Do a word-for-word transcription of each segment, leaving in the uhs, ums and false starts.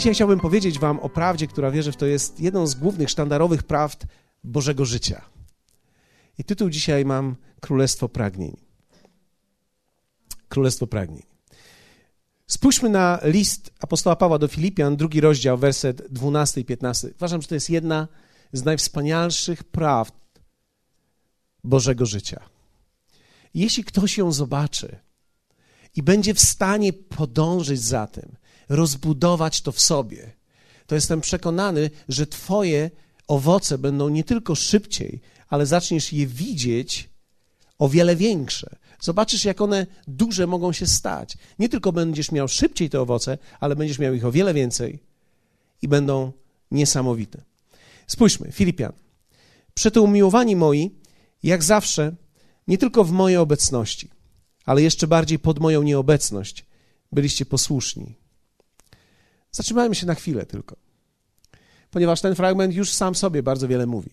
Dzisiaj chciałbym powiedzieć wam o prawdzie, która wierzę, że to jest jedną z głównych, sztandarowych prawd Bożego życia. I tytuł dzisiaj mam Królestwo Pragnień. Królestwo Pragnień. Spójrzmy na list apostoła Pawła do Filipian, drugi rozdział, werset dwunasty i piętnasty. Uważam, że to jest jedna z najwspanialszych prawd Bożego życia. Jeśli ktoś ją zobaczy i będzie w stanie podążyć za tym, rozbudować to w sobie, to jestem przekonany, że twoje owoce będą nie tylko szybciej, ale zaczniesz je widzieć o wiele większe. Zobaczysz, jak one duże mogą się stać. Nie tylko będziesz miał szybciej te owoce, ale będziesz miał ich o wiele więcej i będą niesamowite. Spójrzmy, Filipian. Przeto umiłowani moi, jak zawsze, nie tylko w mojej obecności, ale jeszcze bardziej pod moją nieobecność, byliście posłuszni. Zatrzymajmy się na chwilę tylko, ponieważ ten fragment już sam sobie bardzo wiele mówi.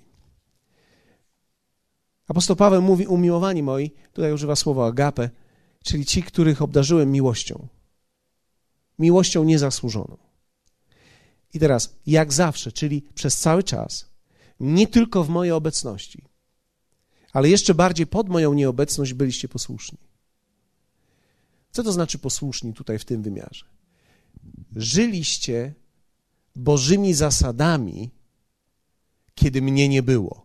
Apostoł Paweł mówi, umiłowani moi, tutaj używa słowa agape, czyli ci, których obdarzyłem miłością. Miłością niezasłużoną. I teraz, jak zawsze, czyli przez cały czas, nie tylko w mojej obecności, ale jeszcze bardziej pod moją nieobecność byliście posłuszni. Co to znaczy posłuszni tutaj w tym wymiarze? Żyliście Bożymi zasadami, kiedy mnie nie było.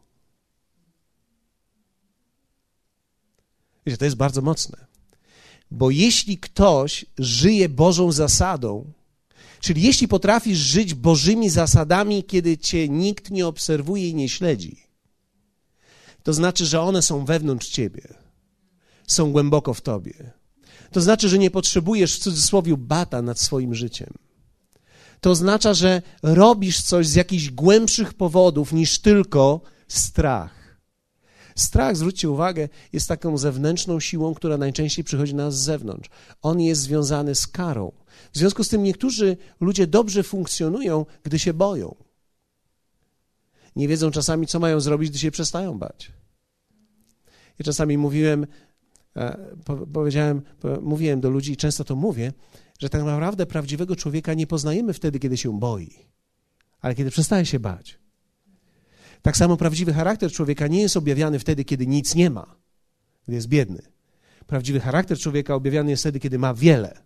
Wiecie, to jest bardzo mocne. Bo jeśli ktoś żyje Bożą zasadą, czyli jeśli potrafisz żyć Bożymi zasadami, kiedy cię nikt nie obserwuje i nie śledzi, to znaczy, że one są wewnątrz ciebie, są głęboko w tobie. To znaczy, że nie potrzebujesz w cudzysłowie bata nad swoim życiem. To oznacza, że robisz coś z jakichś głębszych powodów niż tylko strach. Strach, zwróćcie uwagę, jest taką zewnętrzną siłą, która najczęściej przychodzi na nas z zewnątrz. On jest związany z karą. W związku z tym niektórzy ludzie dobrze funkcjonują, gdy się boją. Nie wiedzą czasami, co mają zrobić, gdy się przestają bać. Ja czasami mówiłem, powiedziałem, mówiłem do ludzi i często to mówię, że tak naprawdę prawdziwego człowieka nie poznajemy wtedy, kiedy się boi, ale kiedy przestaje się bać. Tak samo prawdziwy charakter człowieka nie jest objawiany wtedy, kiedy nic nie ma, gdy jest biedny. Prawdziwy charakter człowieka objawiany jest wtedy, kiedy ma wiele,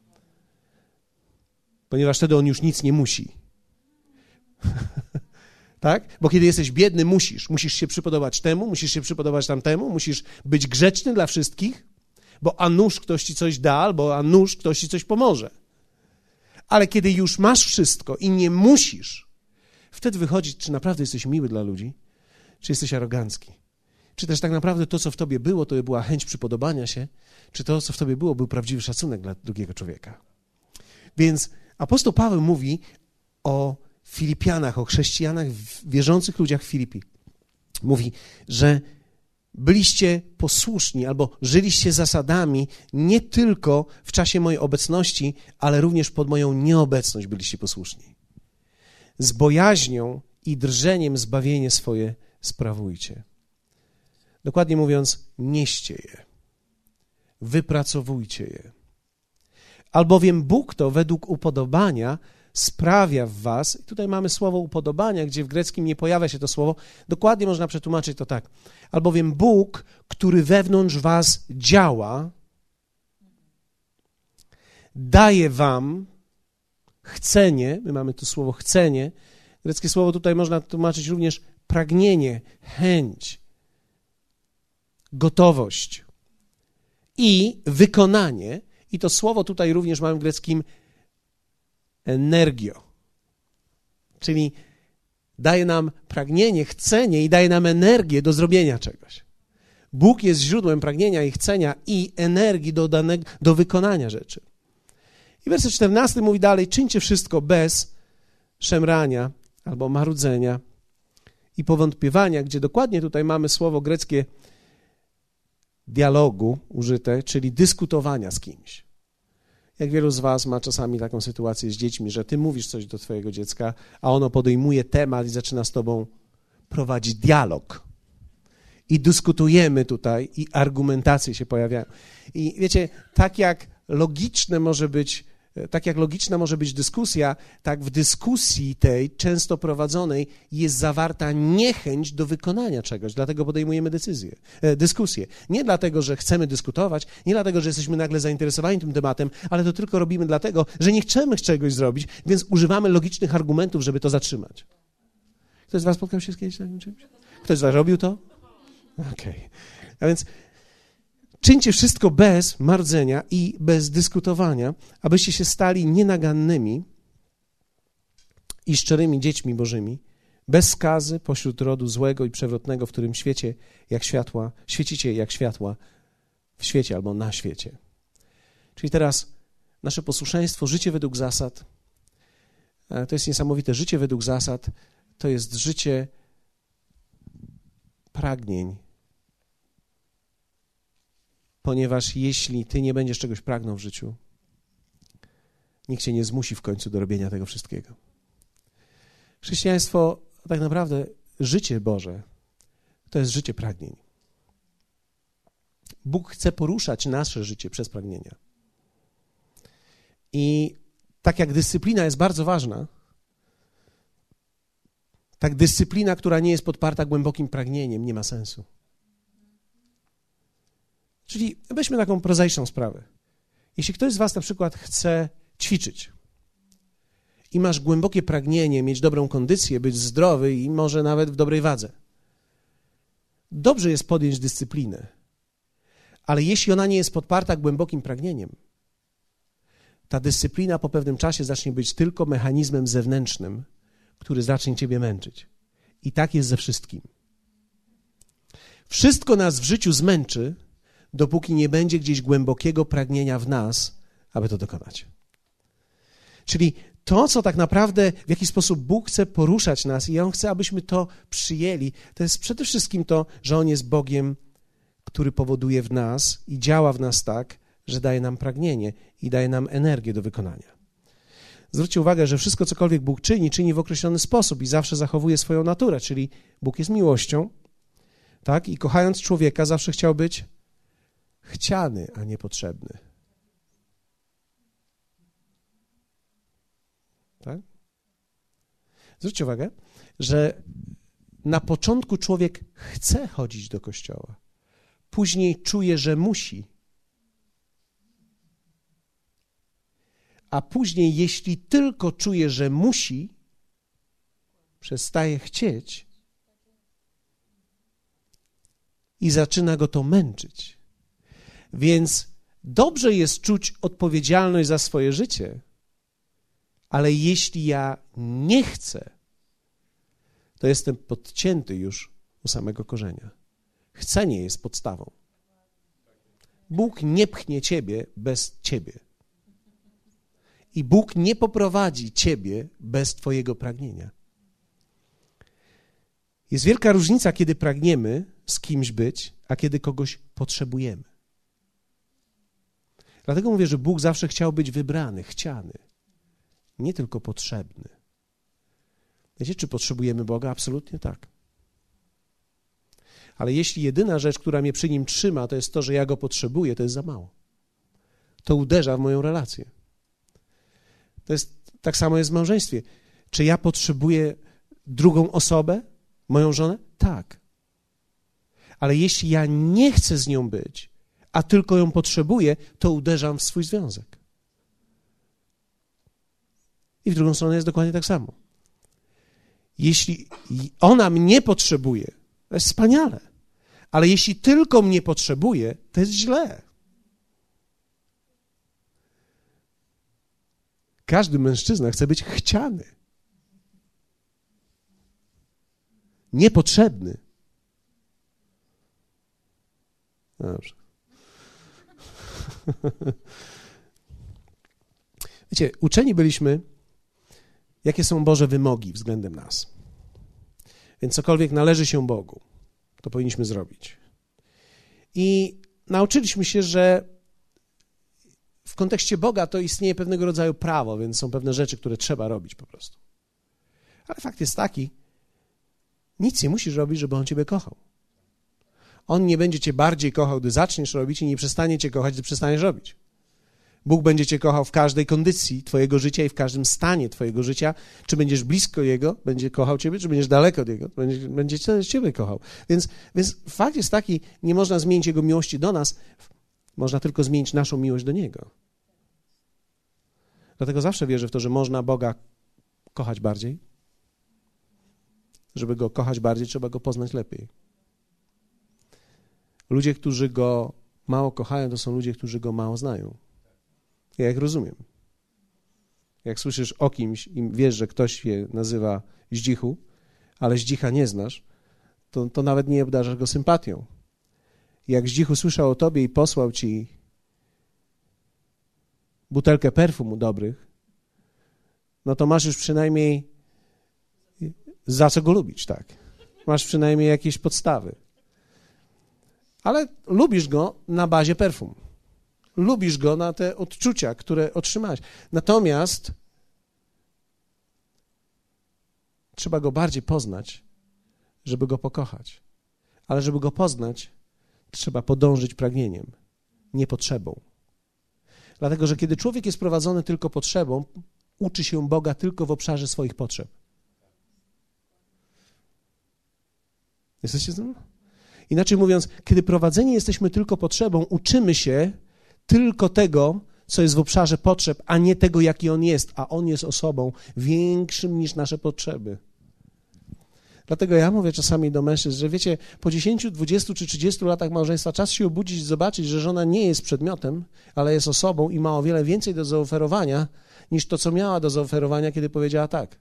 ponieważ wtedy on już nic nie musi. Tak? Bo kiedy jesteś biedny, musisz. Musisz się przypodobać temu, musisz się przypodobać tamtemu, musisz być grzeczny dla wszystkich, bo a nuż ktoś ci coś da, albo a nuż ktoś ci coś pomoże. Ale kiedy już masz wszystko i nie musisz, wtedy wychodzi, czy naprawdę jesteś miły dla ludzi, czy jesteś arogancki. Czy też tak naprawdę to, co w tobie było, to była chęć przypodobania się, czy to, co w tobie było, był prawdziwy szacunek dla drugiego człowieka. Więc apostoł Paweł mówi o Filipianach, o chrześcijanach, wierzących ludziach w Filipi. Mówi, że byliście posłuszni albo żyliście zasadami nie tylko w czasie mojej obecności, ale również pod moją nieobecność byliście posłuszni. Z bojaźnią i drżeniem zbawienie swoje sprawujcie. Dokładnie mówiąc, nieście je, wypracowujcie je. Albowiem Bóg to według upodobania sprawia w was, i tutaj mamy słowo upodobania, gdzie w greckim nie pojawia się to słowo, dokładnie można przetłumaczyć to tak, albowiem Bóg, który wewnątrz was działa, daje wam chcenie, my mamy tu słowo chcenie, greckie słowo tutaj można tłumaczyć również pragnienie, chęć, gotowość i wykonanie, i to słowo tutaj również mamy w greckim energio, czyli daje nam pragnienie, chcenie i daje nam energię do zrobienia czegoś. Bóg jest źródłem pragnienia i chcenia i energii do, danego, do wykonania rzeczy. I werset czternasty mówi dalej, czyńcie wszystko bez szemrania albo marudzenia i powątpiewania, gdzie dokładnie tutaj mamy słowo greckie dialogu użyte, czyli dyskutowania z kimś. Jak wielu z was ma czasami taką sytuację z dziećmi, że ty mówisz coś do twojego dziecka, a ono podejmuje temat i zaczyna z tobą prowadzić dialog. I dyskutujemy tutaj i argumentacje się pojawiają. I wiecie, tak jak logiczne może być Tak jak logiczna może być dyskusja, tak w dyskusji tej, często prowadzonej, jest zawarta niechęć do wykonania czegoś, dlatego podejmujemy decyzję, e, dyskusję. Nie dlatego, że chcemy dyskutować, nie dlatego, że jesteśmy nagle zainteresowani tym tematem, ale to tylko robimy dlatego, że nie chcemy czegoś zrobić, więc używamy logicznych argumentów, żeby to zatrzymać. Ktoś z was spotkał się z kiedyś takim czymś? Ktoś z was robił to? Okej. Okay. A więc czyńcie wszystko bez mardzenia i bez dyskutowania, abyście się stali nienagannymi i szczerymi dziećmi Bożymi, bez skazy pośród rodu złego i przewrotnego, w którym świecie jak światła, świecicie jak światła w świecie albo na świecie. Czyli teraz nasze posłuszeństwo, życie według zasad, to jest niesamowite. Życie według zasad to jest życie pragnień, ponieważ jeśli ty nie będziesz czegoś pragnął w życiu, nikt cię nie zmusi w końcu do robienia tego wszystkiego. Chrześcijaństwo, tak naprawdę życie Boże, to jest życie pragnień. Bóg chce poruszać nasze życie przez pragnienia. I tak jak dyscyplina jest bardzo ważna, tak dyscyplina, która nie jest podparta głębokim pragnieniem, nie ma sensu. Czyli weźmy taką prozaiczną sprawę. Jeśli ktoś z was na przykład chce ćwiczyć i masz głębokie pragnienie, mieć dobrą kondycję, być zdrowy i może nawet w dobrej wadze, dobrze jest podjąć dyscyplinę, ale jeśli ona nie jest podparta głębokim pragnieniem, ta dyscyplina po pewnym czasie zacznie być tylko mechanizmem zewnętrznym, który zacznie ciebie męczyć. I tak jest ze wszystkim. Wszystko nas w życiu zmęczy, dopóki nie będzie gdzieś głębokiego pragnienia w nas, aby to dokonać. Czyli to, co tak naprawdę, w jaki sposób Bóg chce poruszać nas i On chce, abyśmy to przyjęli, to jest przede wszystkim to, że On jest Bogiem, który powoduje w nas i działa w nas tak, że daje nam pragnienie i daje nam energię do wykonania. Zwróćcie uwagę, że wszystko, cokolwiek Bóg czyni, czyni w określony sposób i zawsze zachowuje swoją naturę, czyli Bóg jest miłością, tak? I kochając człowieka zawsze chciał być chciany, a nie potrzebny. Tak? Zwróćcie uwagę, że na początku człowiek chce chodzić do kościoła, później czuje, że musi, a później, jeśli tylko czuje, że musi, przestaje chcieć i zaczyna go to męczyć. Więc dobrze jest czuć odpowiedzialność za swoje życie, ale jeśli ja nie chcę, to jestem podcięty już u samego korzenia. Chcenie jest podstawą. Bóg nie pchnie ciebie bez ciebie. I Bóg nie poprowadzi ciebie bez twojego pragnienia. Jest wielka różnica, kiedy pragniemy z kimś być, a kiedy kogoś potrzebujemy. Dlatego mówię, że Bóg zawsze chciał być wybrany, chciany, nie tylko potrzebny. Wiecie, czy potrzebujemy Boga? Absolutnie tak. Ale jeśli jedyna rzecz, która mnie przy Nim trzyma, to jest to, że ja Go potrzebuję, to jest za mało. To uderza w moją relację. To jest, tak samo jest w małżeństwie. Czy ja potrzebuję drugą osobę, moją żonę? Tak. Ale jeśli ja nie chcę z nią być, a tylko ją potrzebuję, to uderzam w swój związek. I w drugą stronę jest dokładnie tak samo. Jeśli ona mnie potrzebuje, to jest wspaniale. Ale jeśli tylko mnie potrzebuje, to jest źle. Każdy mężczyzna chce być chciany. Niepotrzebny. Dobrze. Wiecie, uczeni byliśmy, jakie są Boże wymogi względem nas. Więc cokolwiek należy się Bogu, to powinniśmy zrobić. I nauczyliśmy się, że w kontekście Boga to istnieje pewnego rodzaju prawo, więc są pewne rzeczy, które trzeba robić po prostu. Ale fakt jest taki, nic nie musisz robić, żeby On ciebie kochał. On nie będzie cię bardziej kochał, gdy zaczniesz robić i nie przestanie cię kochać, gdy przestaniesz robić. Bóg będzie cię kochał w każdej kondycji twojego życia i w każdym stanie twojego życia. Czy będziesz blisko Jego, będzie kochał ciebie, czy będziesz daleko od Jego, będzie, będzie ciebie kochał. Więc, więc fakt jest taki, nie można zmienić Jego miłości do nas, można tylko zmienić naszą miłość do Niego. Dlatego zawsze wierzę w to, że można Boga kochać bardziej. Żeby Go kochać bardziej, trzeba Go poznać lepiej. Ludzie, którzy Go mało kochają, to są ludzie, którzy Go mało znają. Ja ich rozumiem. Jak słyszysz o kimś i wiesz, że ktoś się nazywa Zdzichu, ale Zdzicha nie znasz, to, to nawet nie obdarzasz go sympatią. Jak Zdzichu słyszał o tobie i posłał ci butelkę perfumu dobrych, no to masz już przynajmniej za co go lubić, tak. Masz przynajmniej jakieś podstawy. Ale lubisz go na bazie perfum. Lubisz go na te odczucia, które otrzymałeś. Natomiast trzeba go bardziej poznać, żeby go pokochać. Ale żeby go poznać, trzeba podążyć pragnieniem, nie potrzebą. Dlatego, że kiedy człowiek jest prowadzony tylko potrzebą, uczy się Boga tylko w obszarze swoich potrzeb. Jesteście z tym? Inaczej mówiąc, kiedy prowadzeni jesteśmy tylko potrzebą, uczymy się tylko tego, co jest w obszarze potrzeb, a nie tego, jaki On jest, a On jest osobą większym niż nasze potrzeby. Dlatego ja mówię czasami do mężczyzn, że wiecie, po dziesięciu, dwudziestu czy trzydziestu latach małżeństwa czas się obudzić i zobaczyć, że żona nie jest przedmiotem, ale jest osobą i ma o wiele więcej do zaoferowania niż to, co miała do zaoferowania, kiedy powiedziała tak.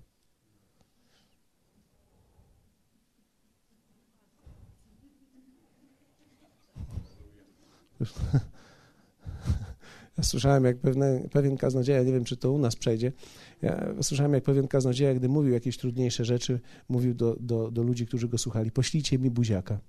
Ja słyszałem, jak pewne, pewien kaznodzieja, nie wiem, czy to u nas przejdzie, ja słyszałem, jak pewien kaznodzieja, gdy mówił jakieś trudniejsze rzeczy, mówił do, do, do ludzi, którzy go słuchali, poślijcie mi buziaka.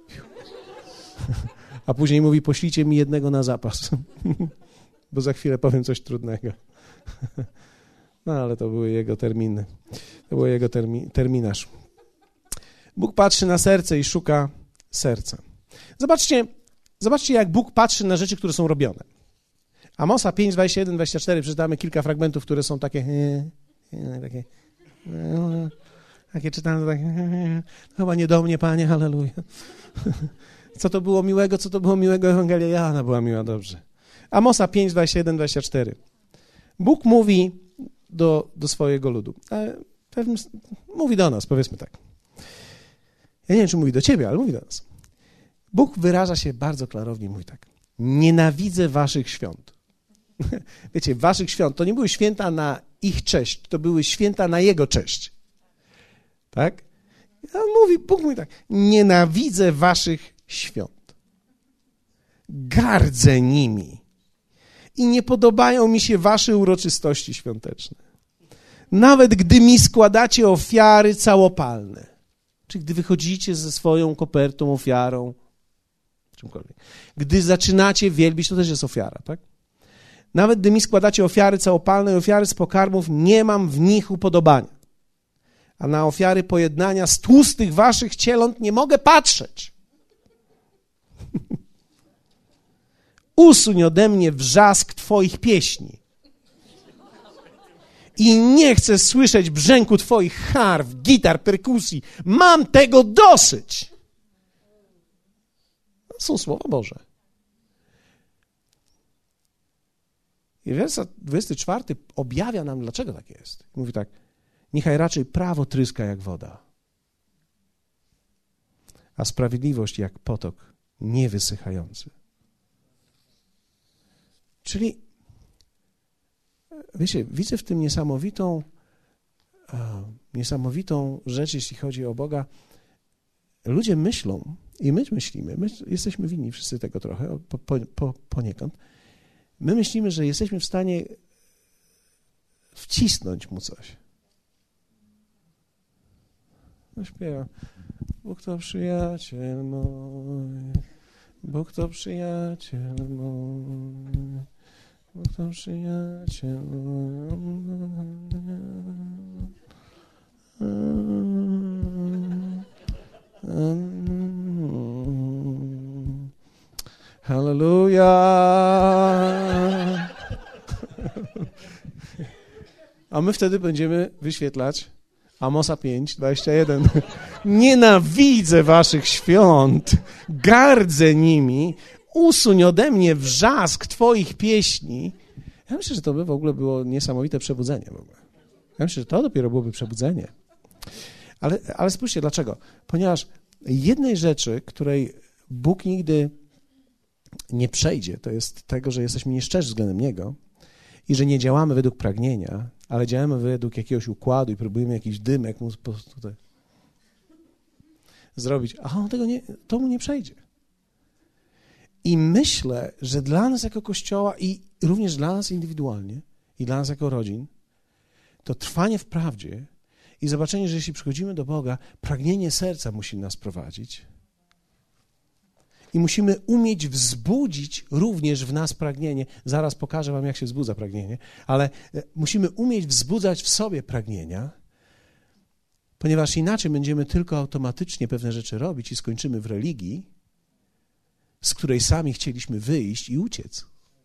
A później mówi, poślijcie mi jednego na zapas, bo za chwilę powiem coś trudnego. No, ale to były jego terminy. To był jego termi, terminarz. Bóg patrzy na serce i szuka serca. Zobaczcie, zobaczcie, jak Bóg patrzy na rzeczy, które są robione. Amosa pięć, dwadzieścia jeden, dwadzieścia cztery, przeczytamy kilka fragmentów, które są takie, takie, takie czytane, takie, chyba nie do mnie, Panie, halleluja. Co to było miłego, co to było miłego, Ewangelia Jana była miła, dobrze. Amosa pięć, dwadzieścia jeden, dwadzieścia cztery. Bóg mówi do, do swojego ludu. Pewnym, mówi do nas, powiedzmy tak. Ja nie wiem, czy mówi do ciebie, ale mówi do nas. Bóg wyraża się bardzo klarownie, mówi tak. Nienawidzę waszych świąt. Wiecie, waszych świąt, to nie były święta na ich cześć, to były święta na Jego cześć. Tak? A mówi, Bóg mówi tak, nienawidzę waszych świąt. Gardzę nimi. I nie podobają mi się wasze uroczystości świąteczne. Nawet gdy mi składacie ofiary całopalne. Czyli gdy wychodzicie ze swoją kopertą, ofiarą, czymkolwiek. Gdy zaczynacie wielbić, to też jest ofiara, tak? Nawet gdy mi składacie ofiary całopalne i ofiary z pokarmów, nie mam w nich upodobania. A na ofiary pojednania z tłustych waszych cieląt nie mogę patrzeć. Usuń ode mnie wrzask twoich pieśni. I nie chcę słyszeć brzęku twoich harf, gitar, perkusji. Mam tego dosyć. To są słowa Boże. I werset dwudziesty czwarty objawia nam, dlaczego tak jest. Mówi tak, niechaj raczej prawo tryska jak woda, a sprawiedliwość jak potok niewysychający. Czyli, wiecie, widzę w tym niesamowitą, uh, niesamowitą rzecz, jeśli chodzi o Boga. Ludzie myślą, i my myślimy, my jesteśmy winni wszyscy tego trochę, po, po, po, poniekąd, my myślimy, że jesteśmy w stanie wcisnąć mu coś. No śpiewa. Bóg to przyjaciel mój, Bóg to przyjaciel mój, Bóg to przyjaciel mój. Hallelujah. A my wtedy będziemy wyświetlać Amosa pięć, dwadzieścia jeden. Nienawidzę waszych świąt, gardzę nimi, usuń ode mnie wrzask twoich pieśni. Ja myślę, że to by w ogóle było niesamowite przebudzenie. W ogóle. Ja myślę, że to dopiero byłoby przebudzenie. Ale, ale spójrzcie, dlaczego? Ponieważ jednej rzeczy, której Bóg nigdy nie przejdzie, to jest tego, że jesteśmy nieszczerzy względem Niego i że nie działamy według pragnienia, ale działamy według jakiegoś układu i próbujemy jakiś dymek mu tutaj zrobić, a on tego nie, to mu nie przejdzie. I myślę, że dla nas jako Kościoła i również dla nas indywidualnie i dla nas jako rodzin, to trwanie w prawdzie i zobaczenie, że jeśli przychodzimy do Boga, pragnienie serca musi nas prowadzić i musimy umieć wzbudzić również w nas pragnienie. Zaraz pokażę wam, jak się wzbudza pragnienie, ale musimy umieć wzbudzać w sobie pragnienia, ponieważ inaczej będziemy tylko automatycznie pewne rzeczy robić i skończymy w religii, z której sami chcieliśmy wyjść i uciec.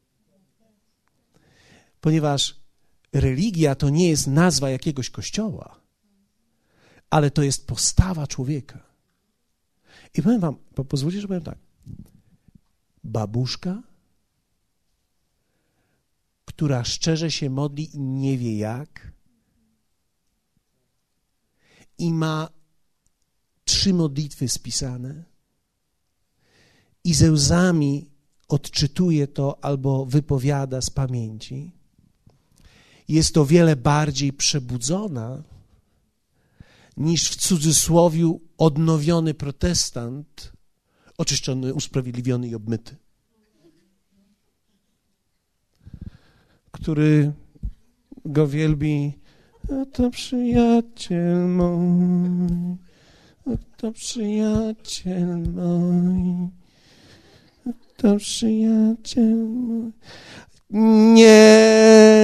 Ponieważ religia to nie jest nazwa jakiegoś kościoła, ale to jest postawa człowieka. I powiem wam, po, pozwólcie, że powiem tak. Babuszka, która szczerze się modli i nie wie jak, i ma trzy modlitwy spisane i ze łzami odczytuje to albo wypowiada z pamięci, jest o wiele bardziej przebudzona niż w cudzysłowiu odnowiony protestant, oczyszczony, usprawiedliwiony i obmyty, który go wielbi. To przyjaciel mój, to przyjaciel mój, to przyjaciel mój. Nie,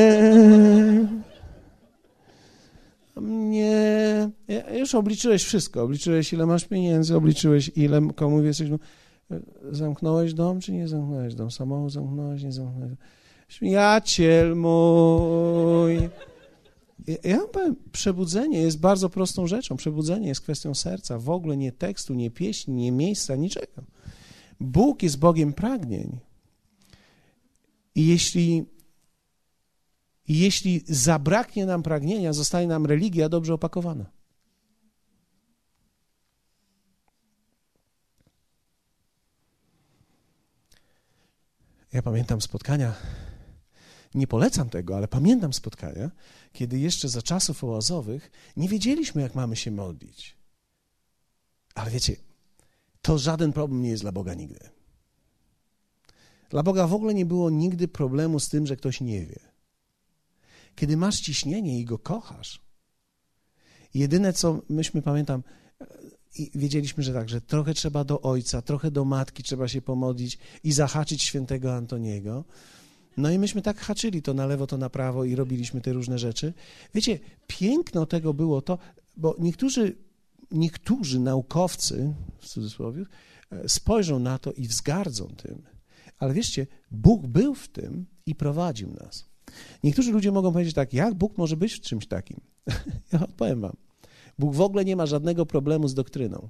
nie. Już obliczyłeś wszystko, obliczyłeś, ile masz pieniędzy, obliczyłeś, ile komu jesteś. Zamknąłeś dom, czy nie zamknąłeś dom? Samochód zamknąłeś, nie zamknąłeś. Przyjaciel mój. Ja wam powiem, przebudzenie jest bardzo prostą rzeczą. Przebudzenie jest kwestią serca. W ogóle nie tekstu, nie pieśni, nie miejsca, niczego. Bóg jest Bogiem pragnień. I jeśli, i jeśli zabraknie nam pragnienia, zostanie nam religia dobrze opakowana. Ja pamiętam spotkania, nie polecam tego, ale pamiętam spotkania, kiedy jeszcze za czasów oazowych nie wiedzieliśmy, jak mamy się modlić. Ale wiecie, to żaden problem nie jest dla Boga nigdy. Dla Boga w ogóle nie było nigdy problemu z tym, że ktoś nie wie. Kiedy masz ciśnienie i Go kochasz, jedyne co myśmy, pamiętam, i wiedzieliśmy, że tak, że trochę trzeba do ojca, trochę do matki trzeba się pomodlić i zahaczyć świętego Antoniego. No i myśmy tak haczyli to na lewo, to na prawo i robiliśmy te różne rzeczy. Wiecie, piękno tego było to, bo niektórzy, niektórzy naukowcy, w cudzysłowie, spojrzą na to i wzgardzą tym. Ale wiecie, Bóg był w tym i prowadził nas. Niektórzy ludzie mogą powiedzieć tak, jak Bóg może być w czymś takim? Ja odpowiem wam. Bóg w ogóle nie ma żadnego problemu z doktryną.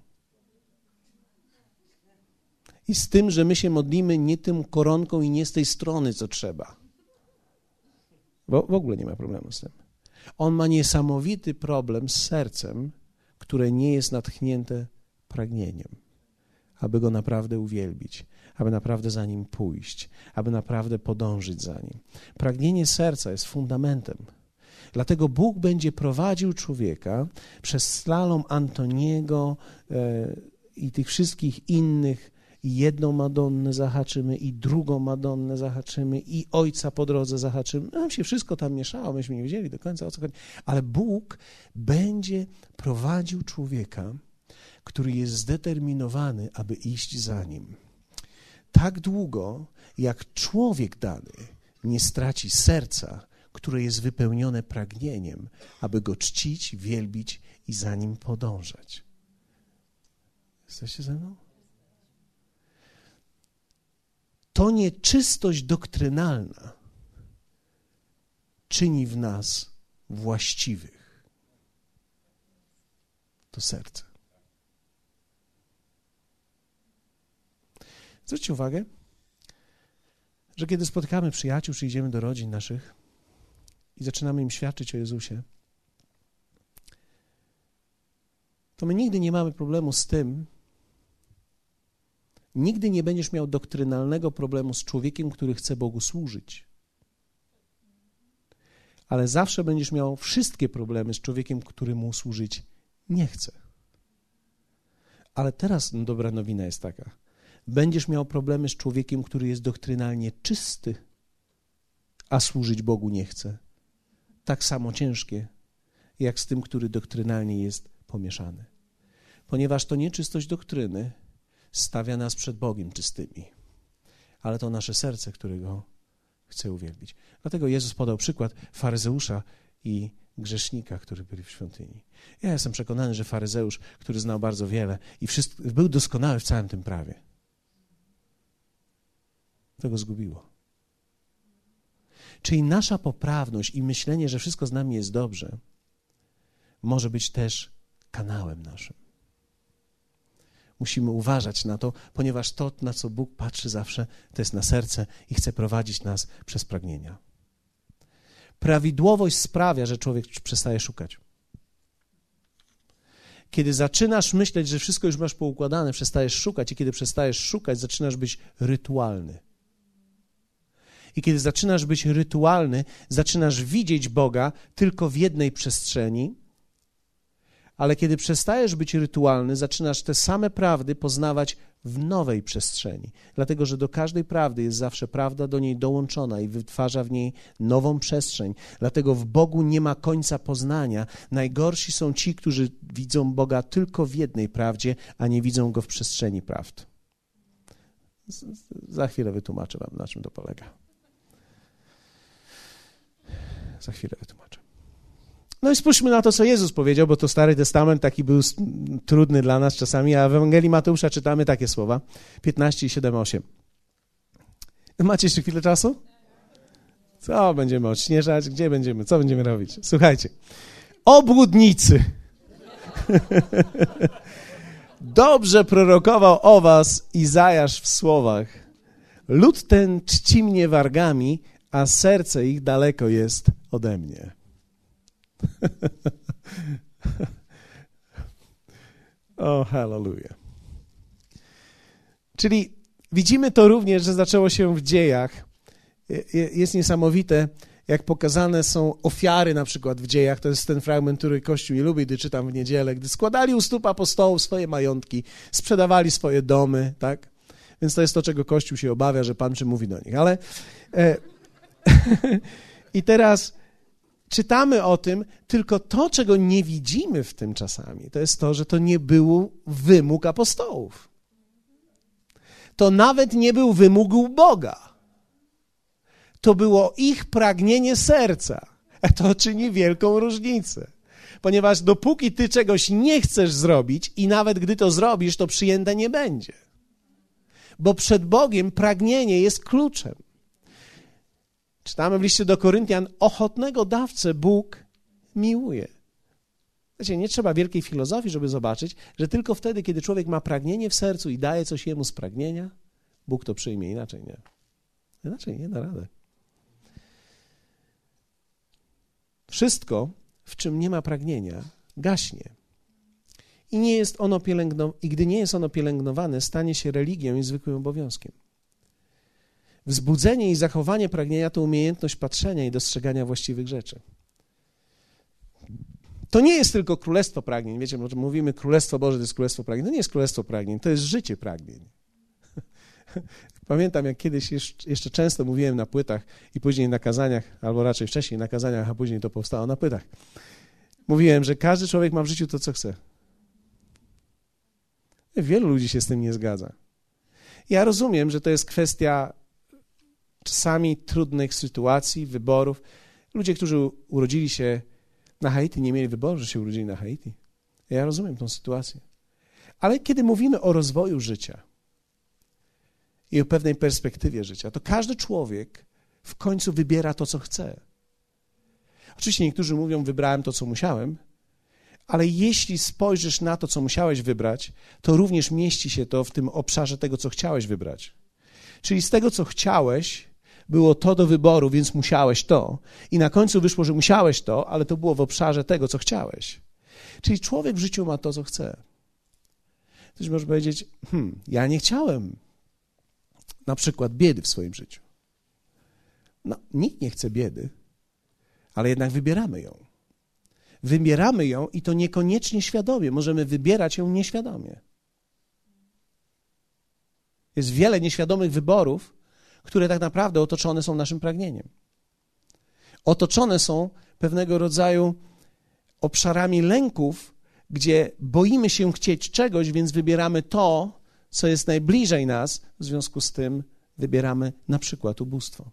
I z tym, że my się modlimy nie tym koronką i nie z tej strony, co trzeba. Bo w ogóle nie ma problemu z tym. On ma niesamowity problem z sercem, które nie jest natchnięte pragnieniem, aby Go naprawdę uwielbić, aby naprawdę za Nim pójść, aby naprawdę podążyć za Nim. Pragnienie serca jest fundamentem. Dlatego Bóg będzie prowadził człowieka przez slalom Antoniego e, i tych wszystkich innych. I jedną Madonnę zahaczymy, i drugą Madonnę zahaczymy, i Ojca po drodze zahaczymy. Nam się wszystko tam mieszało, myśmy nie wiedzieli do końca, o co chodzi. Ale Bóg będzie prowadził człowieka, który jest zdeterminowany, aby iść za Nim. Tak długo, jak człowiek dany nie straci serca, które jest wypełnione pragnieniem, aby Go czcić, wielbić i za Nim podążać. Jesteście ze mną? To nieczystość doktrynalna czyni w nas właściwych. To serce. Zwróćcie uwagę, że kiedy spotykamy przyjaciół, czy idziemy do rodzin naszych i zaczynamy im świadczyć o Jezusie, to my nigdy nie mamy problemu z tym, nigdy nie będziesz miał doktrynalnego problemu z człowiekiem, który chce Bogu służyć. Ale zawsze będziesz miał wszystkie problemy z człowiekiem, który mu służyć nie chce. Ale teraz dobra nowina jest taka. Będziesz miał problemy z człowiekiem, który jest doktrynalnie czysty, a służyć Bogu nie chce. Tak samo ciężkie, jak z tym, który doktrynalnie jest pomieszany. Ponieważ to nieczystość doktryny stawia nas przed Bogiem czystymi, ale to nasze serce, którego chce uwielbić. Dlatego Jezus podał przykład faryzeusza i grzesznika, którzy byli w świątyni. Ja jestem przekonany, że faryzeusz, który znał bardzo wiele i wszystko, był doskonały w całym tym prawie, to go zgubiło. Czyli nasza poprawność i myślenie, że wszystko z nami jest dobrze, może być też kanałem naszym. Musimy uważać na to, ponieważ to, na co Bóg patrzy zawsze, to jest na serce i chce prowadzić nas przez pragnienia. Prawidłowość sprawia, że człowiek przestaje szukać. Kiedy zaczynasz myśleć, że wszystko już masz poukładane, przestajesz szukać i kiedy przestajesz szukać, zaczynasz być rytualny. I kiedy zaczynasz być rytualny, zaczynasz widzieć Boga tylko w jednej przestrzeni, ale kiedy przestajesz być rytualny, zaczynasz te same prawdy poznawać w nowej przestrzeni. Dlatego, że do każdej prawdy jest zawsze prawda do niej dołączona i wytwarza w niej nową przestrzeń. Dlatego w Bogu nie ma końca poznania. Najgorsi są ci, którzy widzą Boga tylko w jednej prawdzie, a nie widzą Go w przestrzeni prawd. Za chwilę wytłumaczę wam, na czym to polega. Za chwilę wytłumaczę. No i spójrzmy na to, co Jezus powiedział, bo to Stary Testament taki był trudny dla nas czasami, a w Ewangelii Mateusza czytamy takie słowa, piętnaście, siedem, osiem. Macie jeszcze chwilę czasu? Co będziemy odśnieżać? Gdzie będziemy? Co będziemy robić? Słuchajcie. Obłudnicy. Dobrze prorokował o was Izajasz w słowach. Lud ten czci mnie wargami, a serce ich daleko jest ode mnie. O, hallelujah. Czyli widzimy to również, że zaczęło się w dziejach. Jest niesamowite, jak pokazane są ofiary na przykład w dziejach. To jest ten fragment, który Kościół nie lubi, gdy czytam w niedzielę. Gdy składali u stóp apostołów swoje majątki, sprzedawali swoje domy, tak? Więc to jest to, czego Kościół się obawia, że Pan przemówi do nich. Ale e, i teraz czytamy o tym, tylko to, czego nie widzimy w tym czasami, to jest to, że to nie był wymóg apostołów. To nawet nie był wymóg Boga. To było ich pragnienie serca. A to czyni wielką różnicę. Ponieważ dopóki ty czegoś nie chcesz zrobić i nawet gdy to zrobisz, to przyjęte nie będzie. Bo przed Bogiem pragnienie jest kluczem. Czytamy w liście do Koryntian, ochotnego dawcę Bóg miłuje. Wiecie, nie trzeba wielkiej filozofii, żeby zobaczyć, że tylko wtedy, kiedy człowiek ma pragnienie w sercu i daje coś jemu z pragnienia, Bóg to przyjmie, inaczej nie. Inaczej nie da rady. Wszystko, w czym nie ma pragnienia, gaśnie. I, nie jest ono pielęgno... I gdy nie jest ono pielęgnowane, stanie się religią i zwykłym obowiązkiem. Wzbudzenie i zachowanie pragnienia to umiejętność patrzenia i dostrzegania właściwych rzeczy. To nie jest tylko królestwo pragnień. Wiecie, mówimy Królestwo Boże to jest królestwo pragnień. To nie jest królestwo pragnień, to jest życie pragnień. Pamiętam, jak kiedyś jeszcze często mówiłem na płytach i później na kazaniach, albo raczej wcześniej na kazaniach, a później to powstało na płytach. Mówiłem, że każdy człowiek ma w życiu to, co chce. Wielu ludzi się z tym nie zgadza. Ja rozumiem, że to jest kwestia czasami trudnych sytuacji, wyborów. Ludzie, którzy urodzili się na Haiti, nie mieli wyboru, że się urodzili na Haiti. Ja rozumiem tę sytuację. Ale kiedy mówimy o rozwoju życia i o pewnej perspektywie życia, to każdy człowiek w końcu wybiera to, co chce. Oczywiście niektórzy mówią, wybrałem to, co musiałem, ale jeśli spojrzysz na to, co musiałeś wybrać, to również mieści się to w tym obszarze tego, co chciałeś wybrać. Czyli z tego, co chciałeś, było to do wyboru, więc musiałeś to. I na końcu wyszło, że musiałeś to, ale to było w obszarze tego, co chciałeś. Czyli człowiek w życiu ma to, co chce. Ktoś może powiedzieć, hmm, ja nie chciałem na przykład biedy w swoim życiu. No, nikt nie chce biedy, ale jednak wybieramy ją. Wybieramy ją i to niekoniecznie świadomie. Możemy wybierać ją nieświadomie. Jest wiele nieświadomych wyborów, które tak naprawdę otoczone są naszym pragnieniem. Otoczone są pewnego rodzaju obszarami lęków, gdzie boimy się chcieć czegoś, więc wybieramy to, co jest najbliżej nas, w związku z tym wybieramy na przykład ubóstwo.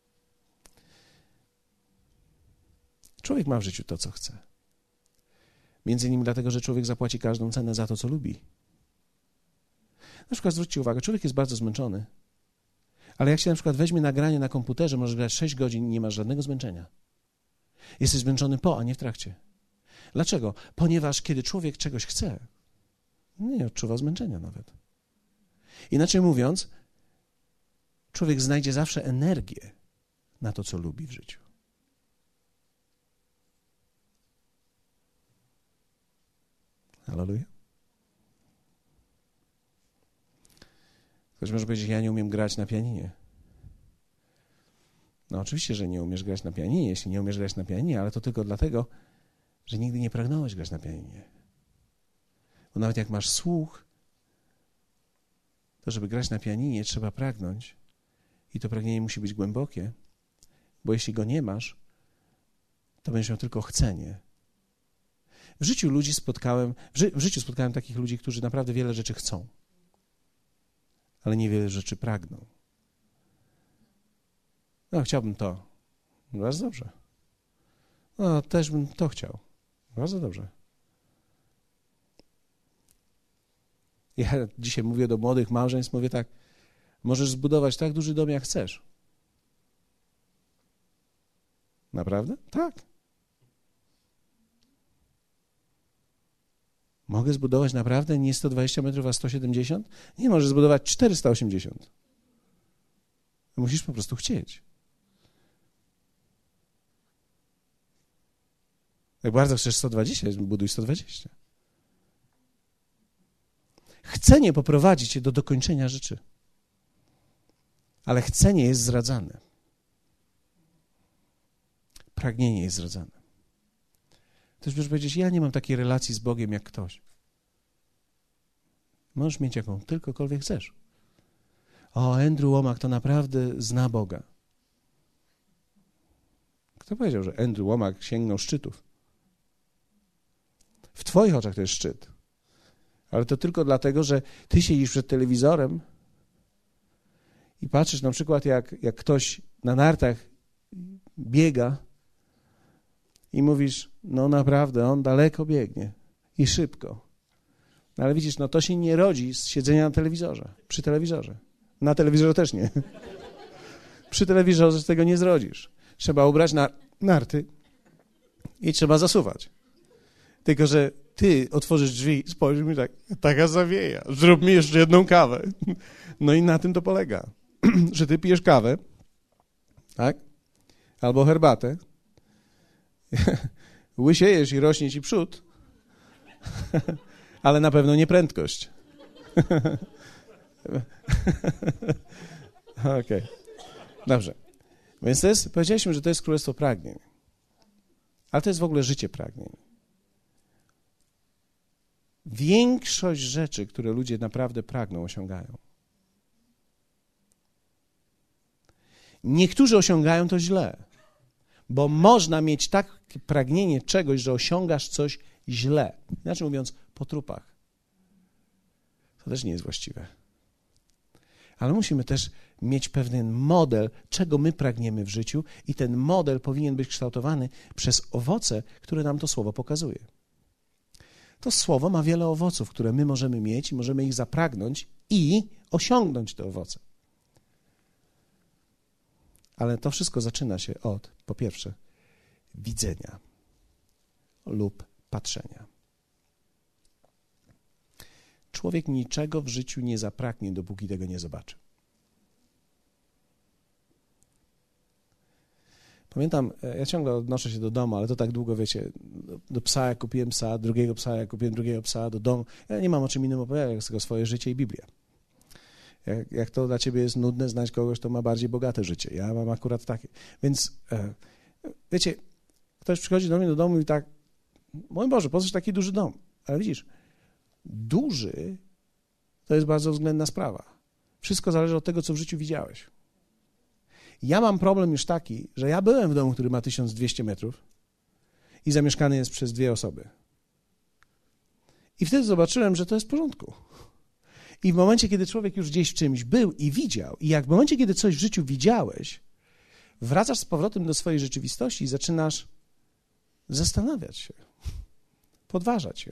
Człowiek ma w życiu to, co chce. Między innymi dlatego, że człowiek zapłaci każdą cenę za to, co lubi. Na przykład zwróćcie uwagę, człowiek jest bardzo zmęczony, ale jak się na przykład weźmie nagranie na komputerze, możesz grać sześć godzin i nie masz żadnego zmęczenia. Jesteś zmęczony po, a nie w trakcie. Dlaczego? Ponieważ kiedy człowiek czegoś chce, nie odczuwa zmęczenia nawet. Inaczej mówiąc, człowiek znajdzie zawsze energię na to, co lubi w życiu. Halleluja. Ktoś może powiedzieć, ja nie umiem grać na pianinie. No oczywiście, że nie umiesz grać na pianinie, jeśli nie umiesz grać na pianinie, ale to tylko dlatego, że nigdy nie pragnąłeś grać na pianinie. Bo nawet jak masz słuch, to żeby grać na pianinie trzeba pragnąć i to pragnienie musi być głębokie, bo jeśli go nie masz, to będziesz miał tylko chcenie. W życiu ludzi spotkałem, w, ży, w życiu spotkałem takich ludzi, którzy naprawdę wiele rzeczy chcą, ale niewiele rzeczy pragną. No, chciałbym to. Bardzo dobrze. No, też bym to chciał. Bardzo dobrze. Ja dzisiaj mówię do młodych małżeństw, mówię tak, możesz zbudować tak duży dom, jak chcesz. Naprawdę? Tak. Mogę zbudować naprawdę nie sto dwadzieścia metrów, a sto siedemdziesiąt? Nie, możesz zbudować czterysta osiemdziesiąt. Musisz po prostu chcieć. Jak bardzo chcesz sto dwadzieścia, buduj sto dwadzieścia. Chcenie poprowadzi cię do dokończenia rzeczy. Ale chcenie jest zradzane. Pragnienie jest zradzane. Ktoś może powiedzieć, ja nie mam takiej relacji z Bogiem jak ktoś. Możesz mieć jaką tylkokolwiek chcesz. O, Andrew Wommack to naprawdę zna Boga. Kto powiedział, że Andrew Wommack sięgnął szczytów? W twoich oczach to jest szczyt. Ale to tylko dlatego, że ty siedzisz przed telewizorem i patrzysz na przykład, jak, jak ktoś na nartach biega i mówisz, no naprawdę, on daleko biegnie i szybko. No ale widzisz, no to się nie rodzi z siedzenia na telewizorze, przy telewizorze. Na telewizorze też nie. Przy telewizorze z tego nie zrodzisz. Trzeba ubrać na narty i trzeba zasuwać. Tylko że ty otworzysz drzwi, spojrzysz mi tak, taka zawieja, zrób mi jeszcze jedną kawę. No i na tym to polega, że ty pijesz kawę, tak? Albo herbatę, łysiejesz i rośnie ci przód, ale na pewno nie prędkość. Okej, okay. Dobrze. Więc to jest, powiedzieliśmy, że to jest królestwo pragnień, ale to jest w ogóle życie pragnień. Większość rzeczy, które ludzie naprawdę pragną, osiągają. Niektórzy osiągają to źle, bo można mieć takie pragnienie czegoś, że osiągasz coś źle. Inaczej mówiąc, po trupach. To też nie jest właściwe. Ale musimy też mieć pewien model, czego my pragniemy w życiu i ten model powinien być kształtowany przez owoce, które nam to słowo pokazuje. To słowo ma wiele owoców, które my możemy mieć i możemy ich zapragnąć i osiągnąć te owoce. Ale to wszystko zaczyna się od, po pierwsze, widzenia lub patrzenia. Człowiek niczego w życiu nie zapragnie, dopóki tego nie zobaczy. Pamiętam, ja ciągle odnoszę się do domu, ale to tak długo, wiecie, do, do psa jak kupiłem psa, drugiego psa jak kupiłem drugiego psa, do domu. Ja nie mam o czym innym opowiadać, jak tylko swoje życie i Biblię. Jak, jak to dla ciebie jest nudne, znać kogoś, kto ma bardziej bogate życie. Ja mam akurat takie. Więc, e, wiecie, ktoś przychodzi do mnie do domu i tak, mój Boże, po coś taki duży dom? Ale widzisz, duży to jest bardzo względna sprawa. Wszystko zależy od tego, co w życiu widziałeś. Ja mam problem już taki, że ja byłem w domu, który ma tysiąc dwieście metrów i zamieszkany jest przez dwie osoby. I wtedy zobaczyłem, że to jest w porządku. I w momencie, kiedy człowiek już gdzieś w czymś był i widział, i jak w momencie, kiedy coś w życiu widziałeś, wracasz z powrotem do swojej rzeczywistości i zaczynasz zastanawiać się, podważać ją.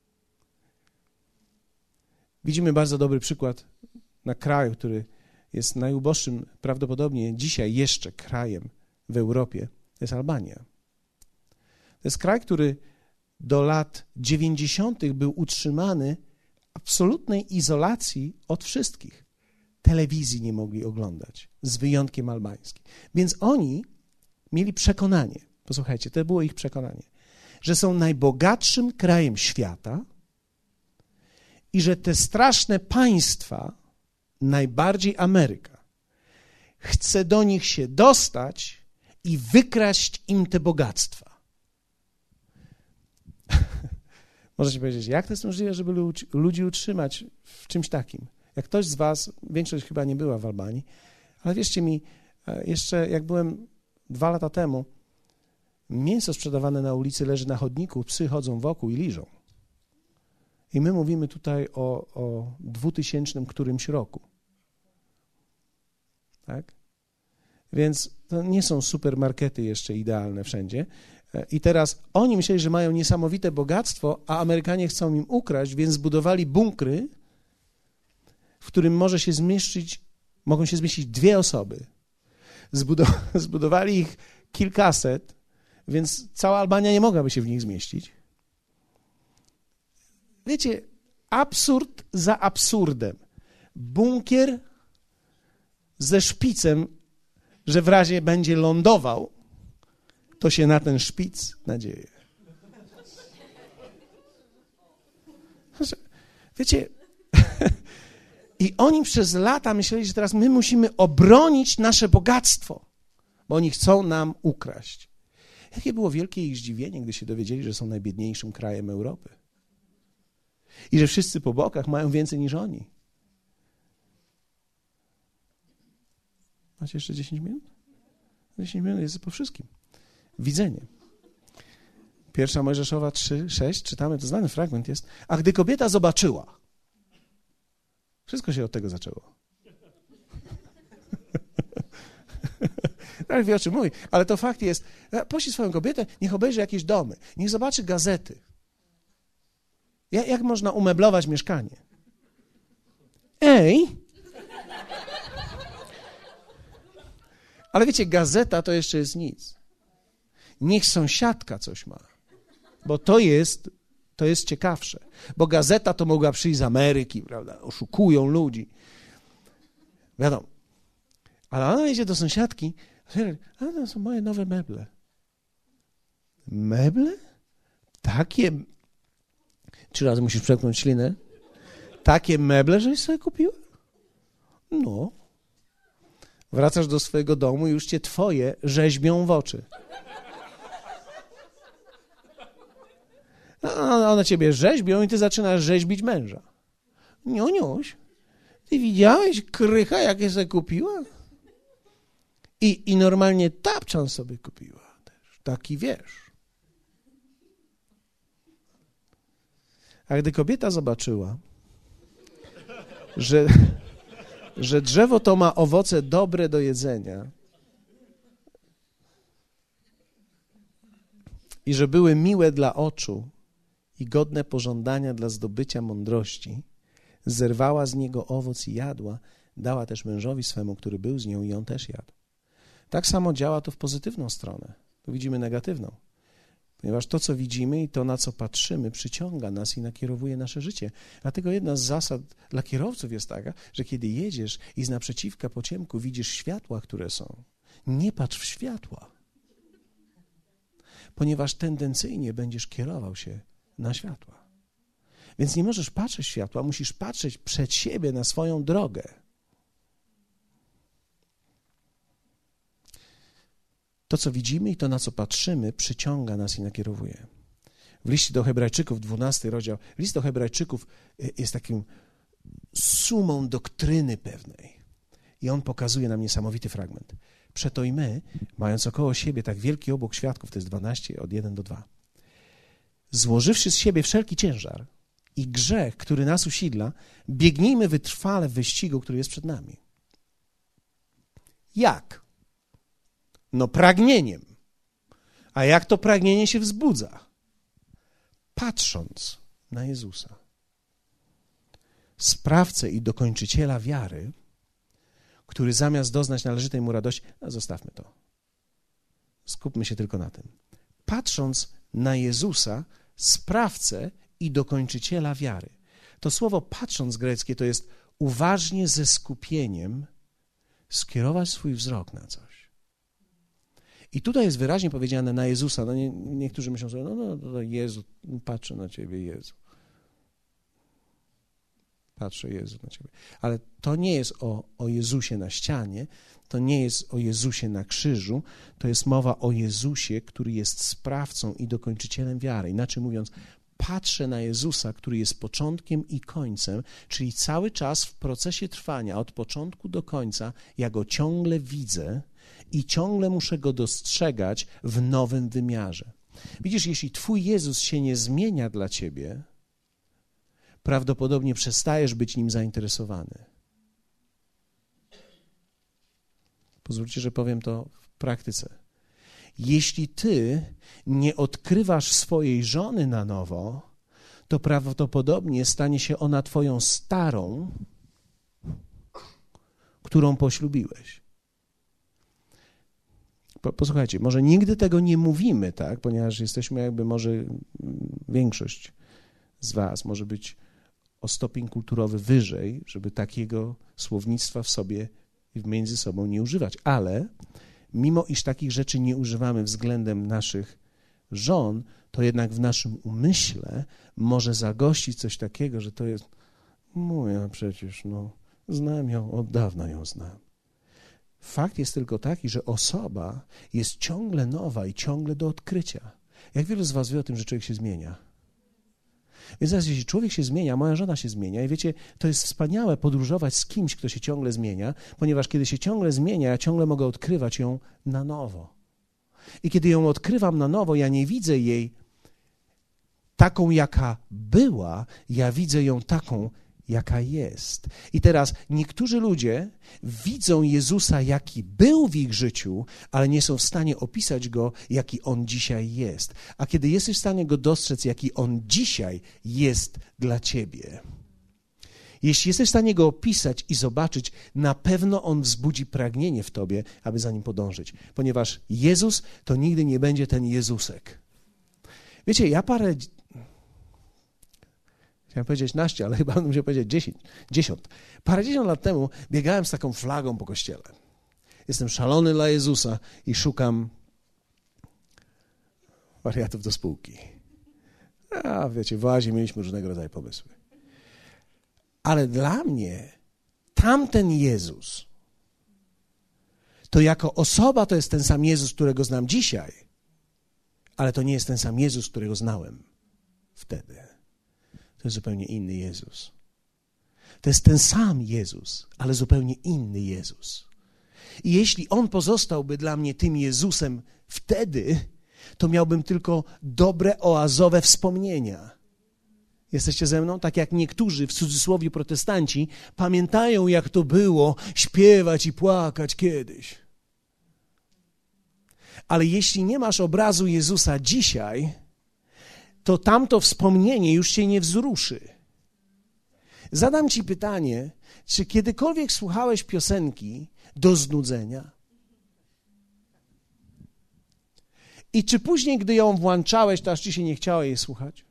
Widzimy bardzo dobry przykład na kraju, który jest najuboższym prawdopodobnie dzisiaj jeszcze krajem w Europie, to jest Albania. To jest kraj, który do lat dziewięćdziesiątych był utrzymany w absolutnej izolacji od wszystkich. Telewizji nie mogli oglądać, z wyjątkiem albańskim. Więc oni mieli przekonanie, posłuchajcie, to było ich przekonanie, że są najbogatszym krajem świata i że te straszne państwa, najbardziej Ameryka, chce do nich się dostać i wykraść im te bogactwa. Możecie powiedzieć, jak to jest możliwe, żeby ludzi utrzymać w czymś takim? Jak ktoś z was, większość chyba nie była w Albanii, ale wierzcie mi, jeszcze jak byłem dwa lata temu, mięso sprzedawane na ulicy leży na chodniku, psy chodzą wokół i liżą. I my mówimy tutaj o, o dwutysięcznym którymś roku. Tak? Więc to nie są supermarkety jeszcze idealne wszędzie. I teraz oni myśleli, że mają niesamowite bogactwo, a Amerykanie chcą im ukraść, więc zbudowali bunkry, w którym może się zmieścić, mogą się zmieścić dwie osoby. Zbudow- zbudowali ich kilkaset, więc cała Albania nie mogłaby się w nich zmieścić. Wiecie, absurd za absurdem. Bunkier ze szpicem, że w razie będzie lądował, to się na ten szpic nadzieje. Wiecie, i oni przez lata myśleli, że teraz my musimy obronić nasze bogactwo, bo oni chcą nam ukraść. Jakie było wielkie ich zdziwienie, gdy się dowiedzieli, że są najbiedniejszym krajem Europy. I że wszyscy po bokach mają więcej niż oni. Macie jeszcze dziesięć minut? dziesięć minut jest po wszystkim. Widzenie. Pierwsza Mojżeszowa trzy, sześć, czytamy, to znany fragment jest. A gdy kobieta zobaczyła, wszystko się od tego zaczęło. Tak wie, o czym mówi, ale to fakt jest, prosi swoją kobietę, niech obejrzy jakieś domy, niech zobaczy gazety. Jak, jak można umeblować mieszkanie? Ej! Ale wiecie, gazeta to jeszcze jest nic. Niech sąsiadka coś ma, bo to jest, to jest ciekawsze. Bo gazeta to mogła przyjść z Ameryki, prawda? Oszukują ludzi. Wiadomo. Ale ona idzie do sąsiadki, a to są moje nowe meble. Meble? Takie... Trzy razy musisz przepchnąć ślinę. Takie meble, żeś sobie kupiła? No. Wracasz do swojego domu i już cię twoje rzeźbią w oczy. A one ciebie rzeźbią i ty zaczynasz rzeźbić męża. Niuniuś, ty widziałeś krycha, jakie sobie kupiła? I, i normalnie tapczan sobie kupiła też. Taki wiesz. A gdy kobieta zobaczyła, że, że drzewo to ma owoce dobre do jedzenia i że były miłe dla oczu i godne pożądania dla zdobycia mądrości, zerwała z niego owoc i jadła, dała też mężowi swemu, który był z nią i on też jadł. Tak samo działa to w pozytywną stronę. bo widzimy negatywną. Ponieważ to, co widzimy i to, na co patrzymy, przyciąga nas i nakierowuje nasze życie. Dlatego jedna z zasad dla kierowców jest taka, że kiedy jedziesz i z naprzeciwka po ciemku widzisz światła, które są, nie patrz w światła, ponieważ tendencyjnie będziesz kierował się na światła. Więc nie możesz patrzeć w światła, musisz patrzeć przed siebie na swoją drogę. To, co widzimy i to, na co patrzymy, przyciąga nas i nakierowuje. W liście do Hebrajczyków, dwunasty rozdział, list do Hebrajczyków jest taką sumą doktryny pewnej. I on pokazuje nam niesamowity fragment. Przeto i my, mając około siebie tak wielki obłok świadków, to jest dwanaście, od jeden do dwóch, złożywszy z siebie wszelki ciężar i grzech, który nas usidla, biegnijmy wytrwale w wyścigu, który jest przed nami. Jak? No pragnieniem. A jak to pragnienie się wzbudza? Patrząc na Jezusa, sprawcę i dokończyciela wiary, który zamiast doznać należytej mu radości, no zostawmy to. Skupmy się tylko na tym. Patrząc na Jezusa, sprawcę i dokończyciela wiary. To słowo patrząc greckie to jest uważnie ze skupieniem skierować swój wzrok na coś. I tutaj jest wyraźnie powiedziane na Jezusa. No nie, niektórzy myślą sobie, no, no, no Jezu, patrzę na Ciebie, Jezu. Patrzę, Jezu, na Ciebie. Ale to nie jest o, o Jezusie na ścianie, to nie jest o Jezusie na krzyżu, to jest mowa o Jezusie, który jest sprawcą i dokończycielem wiary. Inaczej mówiąc, patrzę na Jezusa, który jest początkiem i końcem, czyli cały czas w procesie trwania, od początku do końca, ja Go ciągle widzę i ciągle muszę Go dostrzegać w nowym wymiarze. Widzisz, jeśli Twój Jezus się nie zmienia dla Ciebie, prawdopodobnie przestajesz być Nim zainteresowany. Pozwólcie, że powiem to w praktyce. Jeśli Ty nie odkrywasz swojej żony na nowo, to prawdopodobnie stanie się ona Twoją starą, którą poślubiłeś. Posłuchajcie, może nigdy tego nie mówimy, tak, ponieważ jesteśmy jakby może większość z was może być o stopień kulturowy wyżej, żeby takiego słownictwa w sobie i między sobą nie używać. Ale mimo iż takich rzeczy nie używamy względem naszych żon, to jednak w naszym umyśle może zagościć coś takiego, że to jest moja przecież, no, znam ją, od dawna ją znam. Fakt jest tylko taki, że osoba jest ciągle nowa i ciągle do odkrycia. Jak wielu z was wie o tym, że człowiek się zmienia? Więc teraz, jeśli człowiek się zmienia, moja żona się zmienia i wiecie, to jest wspaniałe podróżować z kimś, kto się ciągle zmienia, ponieważ kiedy się ciągle zmienia, ja ciągle mogę odkrywać ją na nowo. I kiedy ją odkrywam na nowo, ja nie widzę jej taką, jaka była, ja widzę ją taką, jaka jest. I teraz niektórzy ludzie widzą Jezusa, jaki był w ich życiu, ale nie są w stanie opisać Go, jaki On dzisiaj jest. A kiedy jesteś w stanie Go dostrzec, jaki On dzisiaj jest dla ciebie, jeśli jesteś w stanie Go opisać i zobaczyć, na pewno On wzbudzi pragnienie w tobie, aby za Nim podążyć. Ponieważ Jezus to nigdy nie będzie ten Jezusek. Wiecie, ja parę... Chciałem powiedzieć naście, ale chyba bym się powiedzieć dziesięć, dziesiąt. Parędziesiąt lat temu biegałem z taką flagą po kościele. Jestem szalony dla Jezusa i szukam wariatów do spółki. A wiecie, w oazie mieliśmy różnego rodzaju pomysły. Ale dla mnie tamten Jezus to jako osoba to jest ten sam Jezus, którego znam dzisiaj, ale to nie jest ten sam Jezus, którego znałem wtedy. To jest zupełnie inny Jezus. To jest ten sam Jezus, ale zupełnie inny Jezus. I jeśli On pozostałby dla mnie tym Jezusem wtedy, to miałbym tylko dobre, oazowe wspomnienia. Jesteście ze mną? Tak jak niektórzy, w cudzysłowie protestanci, pamiętają, jak to było śpiewać i płakać kiedyś. Ale jeśli nie masz obrazu Jezusa dzisiaj, to tamto wspomnienie już cię nie wzruszy. Zadam ci pytanie, czy kiedykolwiek słuchałeś piosenki do znudzenia? I czy później, gdy ją włączałeś, to aż ci się nie chciało jej słuchać?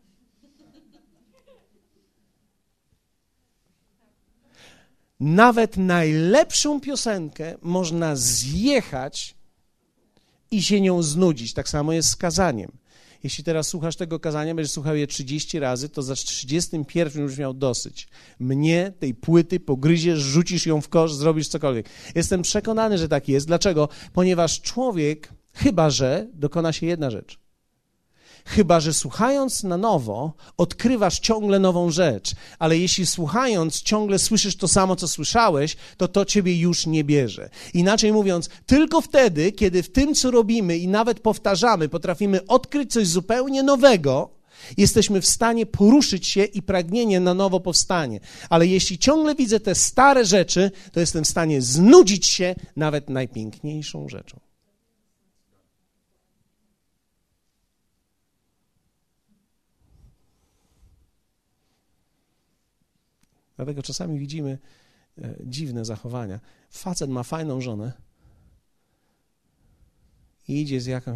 Nawet najlepszą piosenkę można zjechać i się nią znudzić. Tak samo jest z kazaniem. Jeśli teraz słuchasz tego kazania, będziesz słuchał je trzydzieści razy, to za trzydziestym pierwszym już miał dosyć. Mnie, tej płyty, pogryziesz, rzucisz ją w kosz, zrobisz cokolwiek. Jestem przekonany, że tak jest. Dlaczego? Ponieważ człowiek, chyba że, dokona się jedna rzecz. Chyba że słuchając na nowo, odkrywasz ciągle nową rzecz, ale jeśli słuchając ciągle słyszysz to samo, co słyszałeś, to to ciebie już nie bierze. Inaczej mówiąc, tylko wtedy, kiedy w tym, co robimy i nawet powtarzamy, potrafimy odkryć coś zupełnie nowego, jesteśmy w stanie poruszyć się i pragnienie na nowo powstanie. Ale jeśli ciągle widzę te stare rzeczy, to jestem w stanie znudzić się nawet najpiękniejszą rzeczą. Dlatego czasami widzimy e, dziwne zachowania. Facet ma fajną żonę i idzie z jakąś...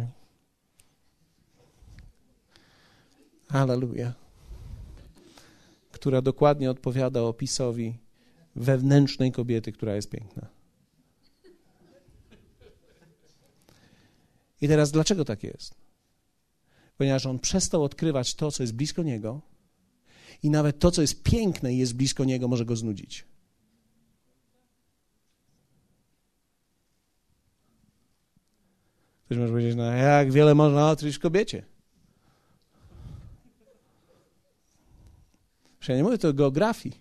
Halleluja. Która dokładnie odpowiada opisowi wewnętrznej kobiety, która jest piękna. I teraz dlaczego tak jest? Ponieważ on przestał odkrywać to, co jest blisko niego, i nawet to, co jest piękne i jest blisko niego, może go znudzić. Ktoś może powiedzieć, no jak wiele można odkryć w kobiecie? Przecież ja nie mówię to o geografii.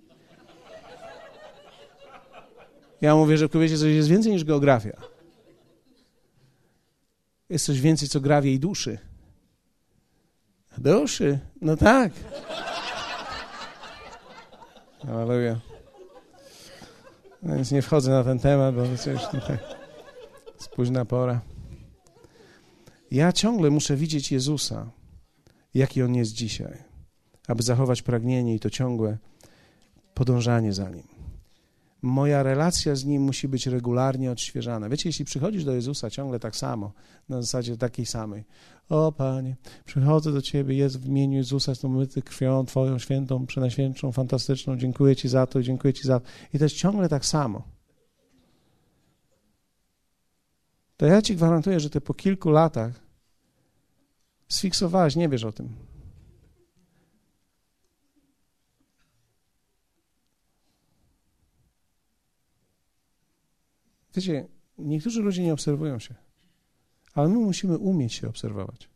Ja mówię, że w kobiecie coś jest więcej niż geografia. Jest coś więcej, co gra w jej duszy. Duszy? No tak. Halleluja. No więc nie wchodzę na ten temat, bo to już tutaj jest późna pora. Ja ciągle muszę widzieć Jezusa, jaki On jest dzisiaj, aby zachować pragnienie i to ciągłe podążanie za Nim. Moja relacja z Nim musi być regularnie odświeżana. Wiecie, jeśli przychodzisz do Jezusa ciągle tak samo, na zasadzie takiej samej, o Panie, przychodzę do Ciebie, jest w imieniu Jezusa, jestem umyty krwią Twoją świętą, przenajświętszą, fantastyczną, dziękuję Ci za to, dziękuję Ci za to. I to jest ciągle tak samo. To ja Ci gwarantuję, że Ty po kilku latach sfiksowałeś, nie wiesz o tym. Wiecie, niektórzy ludzie nie obserwują się, ale my musimy umieć się obserwować.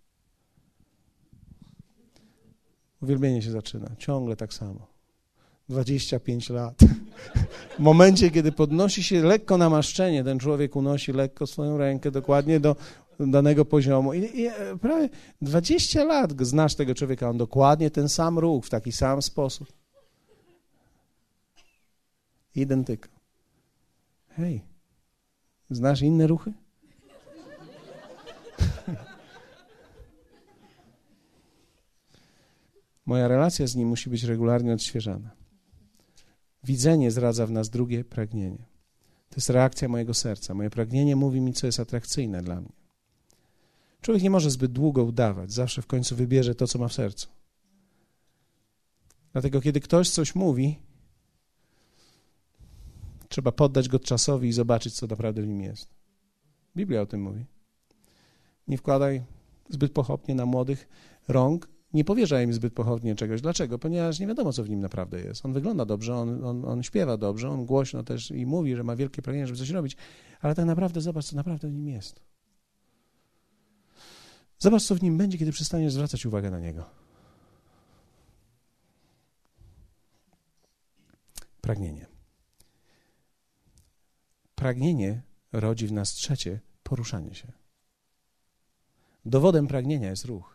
Uwielbienie się zaczyna, ciągle tak samo. dwadzieścia pięć lat. W momencie, kiedy podnosi się lekko namaszczenie, ten człowiek unosi lekko swoją rękę dokładnie do danego poziomu. I, i prawie dwadzieścia lat znasz tego człowieka, on dokładnie ten sam ruch, w taki sam sposób. Identyko. Hej, znasz inne ruchy? Moja relacja z Nim musi być regularnie odświeżana. Widzenie zdradza w nas drugie pragnienie. To jest reakcja mojego serca. Moje pragnienie mówi mi, co jest atrakcyjne dla mnie. Człowiek nie może zbyt długo udawać. Zawsze w końcu wybierze to, co ma w sercu. Dlatego, kiedy ktoś coś mówi, trzeba poddać go czasowi i zobaczyć, co naprawdę w nim jest. Biblia o tym mówi. Nie wkładaj zbyt pochopnie na młodych rąk, nie powierzaj im zbyt pochopnie czegoś. Dlaczego? Ponieważ nie wiadomo, co w nim naprawdę jest. On wygląda dobrze, on, on, on śpiewa dobrze, on głośno też i mówi, że ma wielkie pragnienie, żeby coś robić, ale tak naprawdę zobacz, co naprawdę w nim jest. Zobacz, co w nim będzie, kiedy przestaniesz zwracać uwagę na niego. Pragnienie. Pragnienie rodzi w nas trzecie poruszanie się. Dowodem pragnienia jest ruch.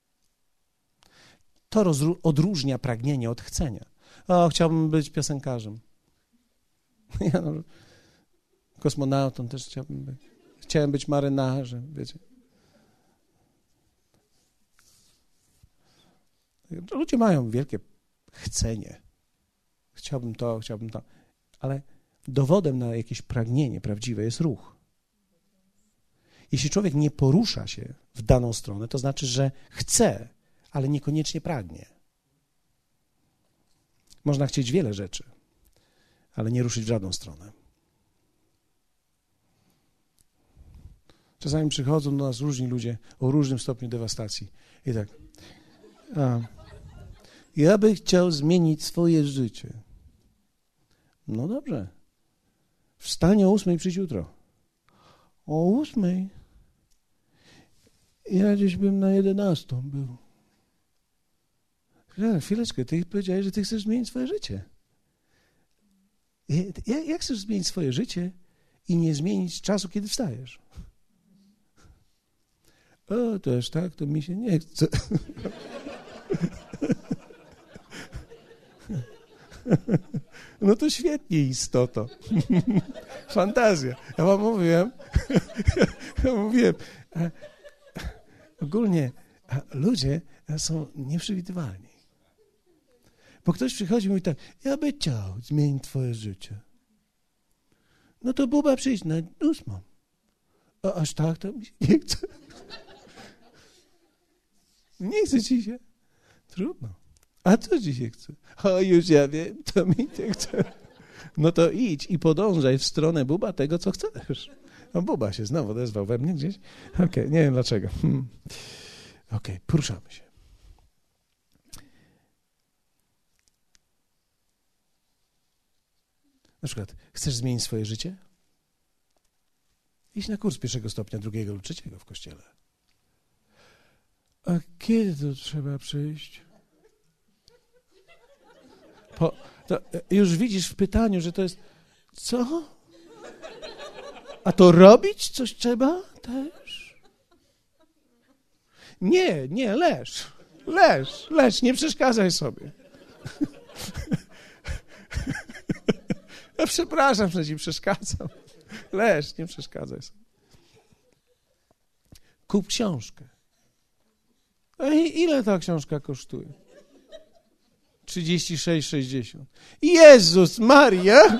To rozru- odróżnia pragnienie od chcenia. O, chciałbym być piosenkarzem. Ja no, kosmonautą też chciałbym być. Chciałem być marynarzem, wiecie. Ludzie mają wielkie chcenie. Chciałbym to, chciałbym to. Ale dowodem na jakieś pragnienie prawdziwe jest ruch. Jeśli człowiek nie porusza się w daną stronę, to znaczy, że chce, ale niekoniecznie pragnie. Można chcieć wiele rzeczy, ale nie ruszyć w żadną stronę. Czasami przychodzą do nas różni ludzie o różnym stopniu dewastacji. I tak, a, ja bym chciał zmienić swoje życie. No dobrze. Wstań o ósmej, przyjdź jutro. O ósmej? Ja gdzieś bym na jedenastą był. Chwileczkę, ty powiedziałeś, że ty chcesz zmienić swoje życie. Jak, jak chcesz zmienić swoje życie i nie zmienić czasu, kiedy wstajesz? O, też tak, to mi się nie chce. No to świetnie, istoto. Fantazja. Ja wam mówiłem, ja mówiłem, ogólnie ludzie są nieprzewidywalni. Bo ktoś przychodzi i mówi tak, ja bym chciał zmienić twoje życie. No to Buba przyjdź na ósmą. A aż tak to mi się nie chce. Nie chce ci się. Trudno. A co ci się chce? O, już ja wiem, to mi się chce. No to idź i podążaj w stronę Buba tego, co chcesz. No Buba się znowu odezwał we mnie gdzieś. Okej, okay, nie wiem dlaczego. Hmm. Okej, okay, poruszamy się. Na przykład, chcesz zmienić swoje życie? Idź na kurs pierwszego stopnia, drugiego lub trzeciego w kościele. A kiedy to trzeba przyjść? Po, to już widzisz w pytaniu, że to jest... Co? A to robić coś trzeba też? Nie, nie, leż. Leż, leż, nie przeszkadzaj sobie. Ja przepraszam, że ci przeszkadzam. Leż, nie przeszkadzaj sobie. Kup książkę. A ile ta książka kosztuje? trzydzieści sześć sześćdziesiąt. Jezus Maria!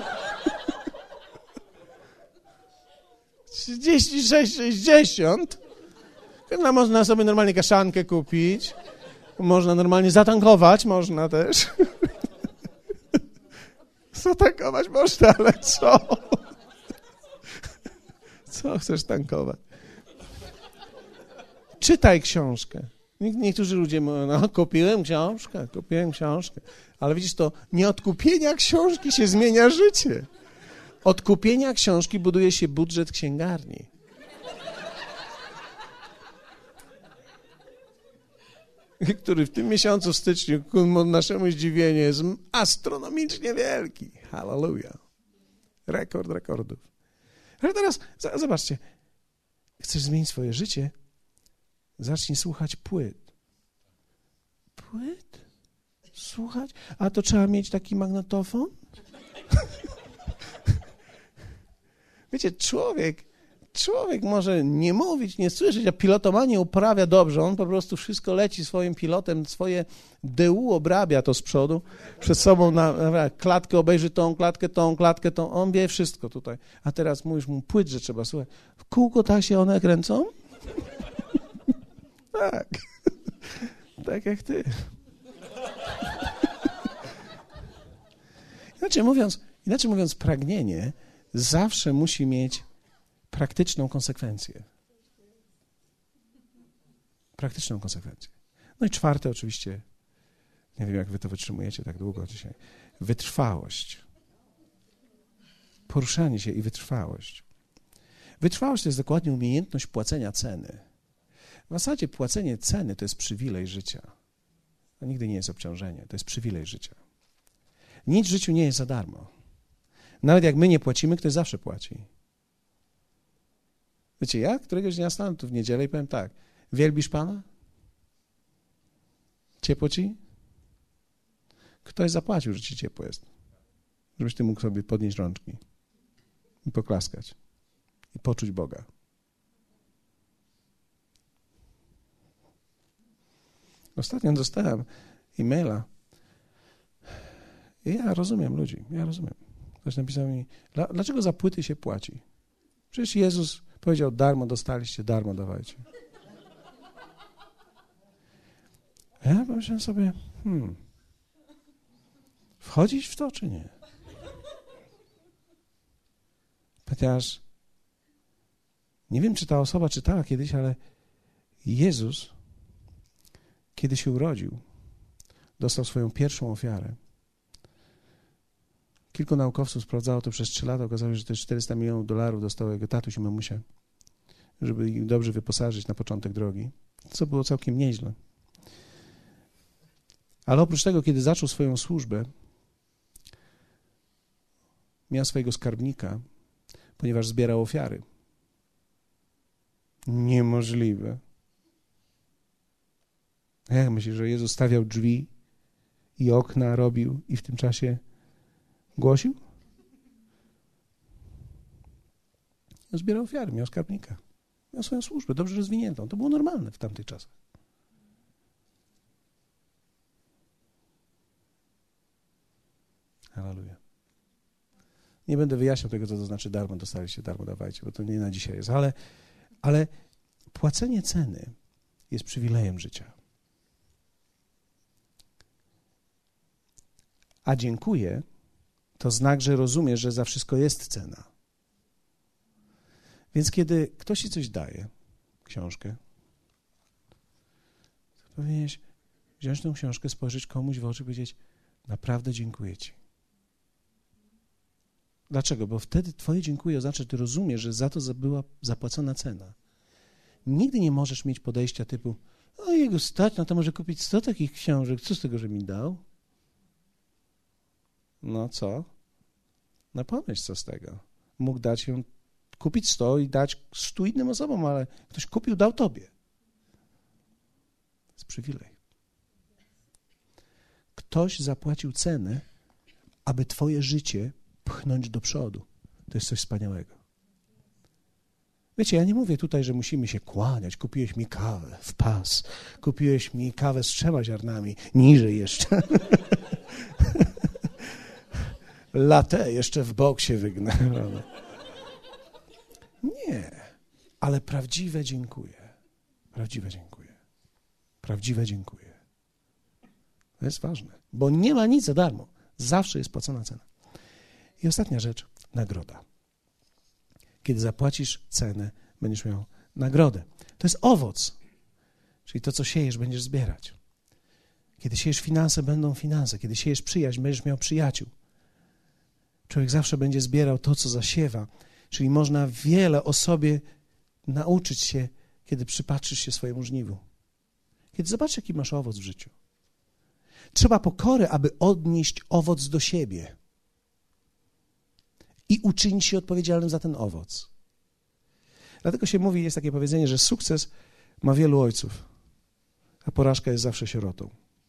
trzydzieści sześć sześćdziesiąt? No, można sobie normalnie kaszankę kupić. Można normalnie zatankować, można też. Zatankować można, ale co? Co chcesz tankować? Czytaj książkę. Niektórzy ludzie mówią, no kupiłem książkę, kupiłem książkę. Ale widzisz, to nie od kupienia książki się zmienia życie. Od kupienia książki buduje się budżet księgarni. Który w tym miesiącu, w styczniu, ku naszemu zdziwieniu, jest astronomicznie wielki. Hallelujah. Rekord rekordów. Ale teraz zobaczcie. Chcesz zmienić swoje życie? Zacznij słuchać płyt. Płyt? Słuchać? A to trzeba mieć taki magnetofon? Wiecie, człowiek, człowiek może nie mówić, nie słyszeć, a pilotowanie uprawia dobrze. On po prostu wszystko leci swoim pilotem, swoje D U obrabia to z przodu, przed sobą na, na klatkę obejrzy tą, klatkę, tą, klatkę, tą. On wie wszystko tutaj. A teraz mówisz mu płyt, że trzeba słuchać. W kółko tak się one kręcą? Tak. Tak jak ty. Inaczej mówiąc, inaczej mówiąc, pragnienie zawsze musi mieć praktyczną konsekwencję. Praktyczną konsekwencję. No i czwarte oczywiście, nie wiem jak wy to wytrzymujecie tak długo dzisiaj, wytrwałość. Poruszanie się i wytrwałość. Wytrwałość to jest dokładnie umiejętność płacenia ceny. W zasadzie płacenie ceny to jest przywilej życia. To nigdy nie jest obciążenie, to jest przywilej życia. Nic w życiu nie jest za darmo. Nawet jak my nie płacimy, ktoś zawsze płaci. Wiecie, ja któregoś dnia stanę tu w niedzielę i powiem tak, wielbisz Pana? Ciepło ci? Ktoś zapłacił, że ci ciepło jest. Żebyś ty mógł sobie podnieść rączki i poklaskać i poczuć Boga. Ostatnio dostałem e-maila i ja rozumiem ludzi, ja rozumiem. Ktoś napisał mi, dlaczego za płyty się płaci? Przecież Jezus Powiedział, darmo dostaliście, darmo dawajcie. A ja pomyślałem sobie, hmm, wchodzić w to, czy nie? Chociaż nie wiem, czy ta osoba czytała kiedyś, ale Jezus, kiedy się urodził, dostał swoją pierwszą ofiarę. Kilku naukowców sprawdzało to przez trzy lata. Okazało się, że te czterysta milionów dolarów dostał jego tatuś i mamusia, żeby ich dobrze wyposażyć na początek drogi, co było całkiem nieźle. Ale oprócz tego, kiedy zaczął swoją służbę, miał swojego skarbnika, ponieważ zbierał ofiary. Niemożliwe. Jak myślisz, że Jezus stawiał drzwi i okna robił i w tym czasie głosił? Zbierał ofiary, miał skarbnika. Miał swoją służbę dobrze rozwiniętą. To było normalne w tamtych czasach. Halleluja. Nie będę wyjaśniał tego, co to znaczy darmo dostaliście, darmo dawajcie, bo to nie na dzisiaj jest. Ale, ale płacenie ceny jest przywilejem życia. A dziękuję to znak, że rozumiesz, że za wszystko jest cena. Więc kiedy ktoś ci coś daje, książkę, to powinieneś wziąć tę książkę, spojrzeć komuś w oczy i powiedzieć, naprawdę dziękuję ci. Dlaczego? Bo wtedy twoje dziękuję oznacza, że ty rozumiesz, że za to była zapłacona cena. Nigdy nie możesz mieć podejścia typu, o jego stać, no to może kupić sto takich książek, co z tego, że mi dał? No co? No pomyśl, co z tego. Mógł dać ją, kupić sto i dać stu innym osobom, ale ktoś kupił, dał tobie. To jest przywilej. Ktoś zapłacił cenę, aby twoje życie pchnąć do przodu. To jest coś wspaniałego. Wiecie, ja nie mówię tutaj, że musimy się kłaniać. Kupiłeś mi kawę w pas. Kupiłeś mi kawę z trzema ziarnami. Niżej jeszcze. Latte jeszcze w bok się wygnę. Nie, ale prawdziwe dziękuję. Prawdziwe dziękuję. Prawdziwe dziękuję. To jest ważne, bo nie ma nic za darmo. Zawsze jest płacona cena. I ostatnia rzecz, nagroda. Kiedy zapłacisz cenę, będziesz miał nagrodę. To jest owoc, czyli to, co siejesz, będziesz zbierać. Kiedy siejesz finanse, będą finanse. Kiedy siejesz przyjaźń, będziesz miał przyjaciół. Człowiek zawsze będzie zbierał to, co zasiewa, czyli można wiele o sobie nauczyć się, kiedy przypatrzysz się swojemu żniwu. Kiedy zobaczysz, jaki masz owoc w życiu. Trzeba pokory, aby odnieść owoc do siebie i uczynić się odpowiedzialnym za ten owoc. Dlatego się mówi, jest takie powiedzenie, że sukces ma wielu ojców, a porażka jest zawsze sierotą.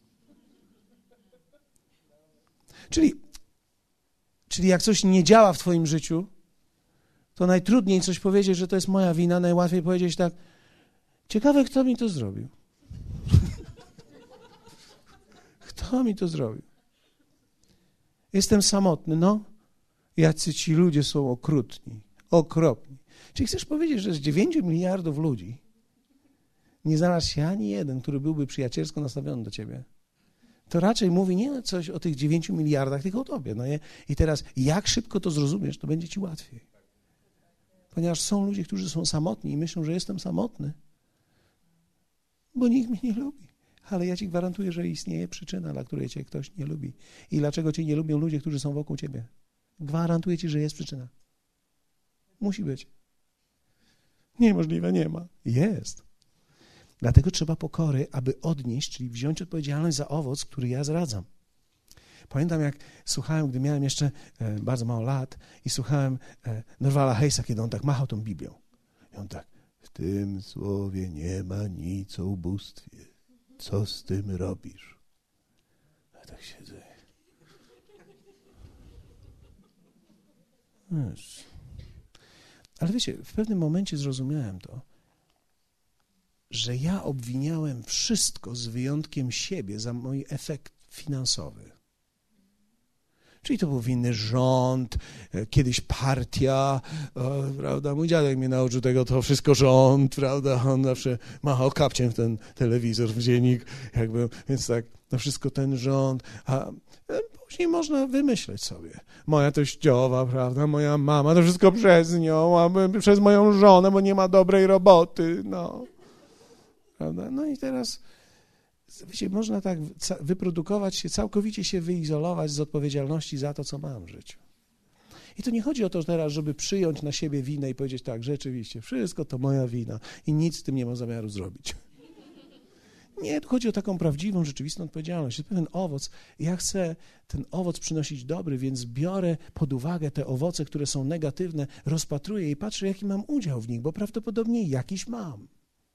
Czyli, czyli jak coś nie działa w twoim życiu, to najtrudniej coś powiedzieć, że to jest moja wina, najłatwiej powiedzieć tak, ciekawe, kto mi to zrobił. Kto mi to zrobił? Jestem samotny, no. Jacy ci ludzie są okrutni, okropni. Czyli chcesz powiedzieć, że z dziewięciu miliardów ludzi nie znalazł się ani jeden, który byłby przyjacielsko nastawiony do ciebie? To raczej mówi nie coś o tych dziewięciu miliardach, tylko o tobie. No nie? I teraz jak szybko to zrozumiesz, to będzie ci łatwiej. Ponieważ są ludzie, którzy są samotni i myślą, że jestem samotny, bo nikt mnie nie lubi. Ale ja ci gwarantuję, że istnieje przyczyna, dla której cię ktoś nie lubi. I dlaczego cię nie lubią ludzie, którzy są wokół ciebie. Gwarantuję ci, że jest przyczyna. Musi być. Niemożliwe, nie ma. Jest. Dlatego trzeba pokory, aby odnieść, czyli wziąć odpowiedzialność za owoc, który ja zradzam. Pamiętam, jak słuchałem, gdy miałem jeszcze e, bardzo mało lat i słuchałem e, Norvala Hayesa, kiedy on tak machał tą Biblią. I on tak, w tym słowie nie ma nic o ubóstwie. Co z tym robisz? Ja tak siedzę. Wiesz. Ale wiecie, w pewnym momencie zrozumiałem to, że ja obwiniałem wszystko z wyjątkiem siebie za mój efekt finansowy. Czyli to był winny rząd, kiedyś partia, o, prawda? Mój dziadek mnie nauczył tego, to wszystko rząd, prawda? On zawsze machał kapciem w ten telewizor, w dziennik, jakby, więc tak, to wszystko ten rząd, a później można wymyśleć sobie. Moja teściowa, prawda? Moja mama, to wszystko przez nią, a przez moją żonę, bo nie ma dobrej roboty, no. Prawda? No i teraz, wiecie, można tak wyprodukować się, całkowicie się wyizolować z odpowiedzialności za to, co mam w życiu. I tu nie chodzi o to teraz, żeby przyjąć na siebie winę i powiedzieć tak, rzeczywiście, wszystko to moja wina i nic z tym nie mam zamiaru zrobić. Nie, tu chodzi o taką prawdziwą, rzeczywistą odpowiedzialność. Jest pewien owoc. Ja chcę ten owoc przynosić dobry, więc biorę pod uwagę te owoce, które są negatywne, rozpatruję i patrzę, jaki mam udział w nich, bo prawdopodobnie jakiś mam.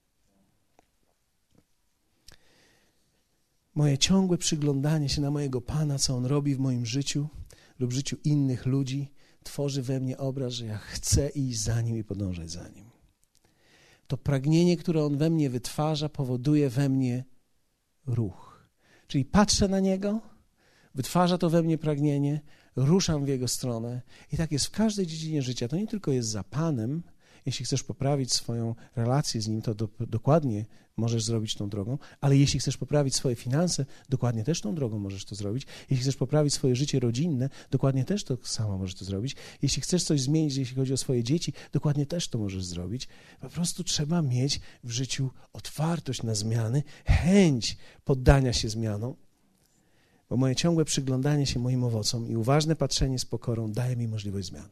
Moje ciągłe przyglądanie się na mojego Pana, co On robi w moim życiu lub życiu innych ludzi, tworzy we mnie obraz, że ja chcę iść za Nim i podążać za Nim. To pragnienie, które On we mnie wytwarza, powoduje we mnie ruch. Czyli patrzę na Niego, wytwarza to we mnie pragnienie, ruszam w Jego stronę i tak jest w każdej dziedzinie życia. To nie tylko jest za Panem. Jeśli chcesz poprawić swoją relację z Nim, to do, dokładnie możesz zrobić tą drogą, ale jeśli chcesz poprawić swoje finanse, dokładnie też tą drogą możesz to zrobić. Jeśli chcesz poprawić swoje życie rodzinne, dokładnie też to samo możesz to zrobić. Jeśli chcesz coś zmienić, jeśli chodzi o swoje dzieci, dokładnie też to możesz zrobić. Po prostu trzeba mieć w życiu otwartość na zmiany, chęć poddania się zmianom, bo moje ciągłe przyglądanie się moim owocom i uważne patrzenie z pokorą daje mi możliwość zmian.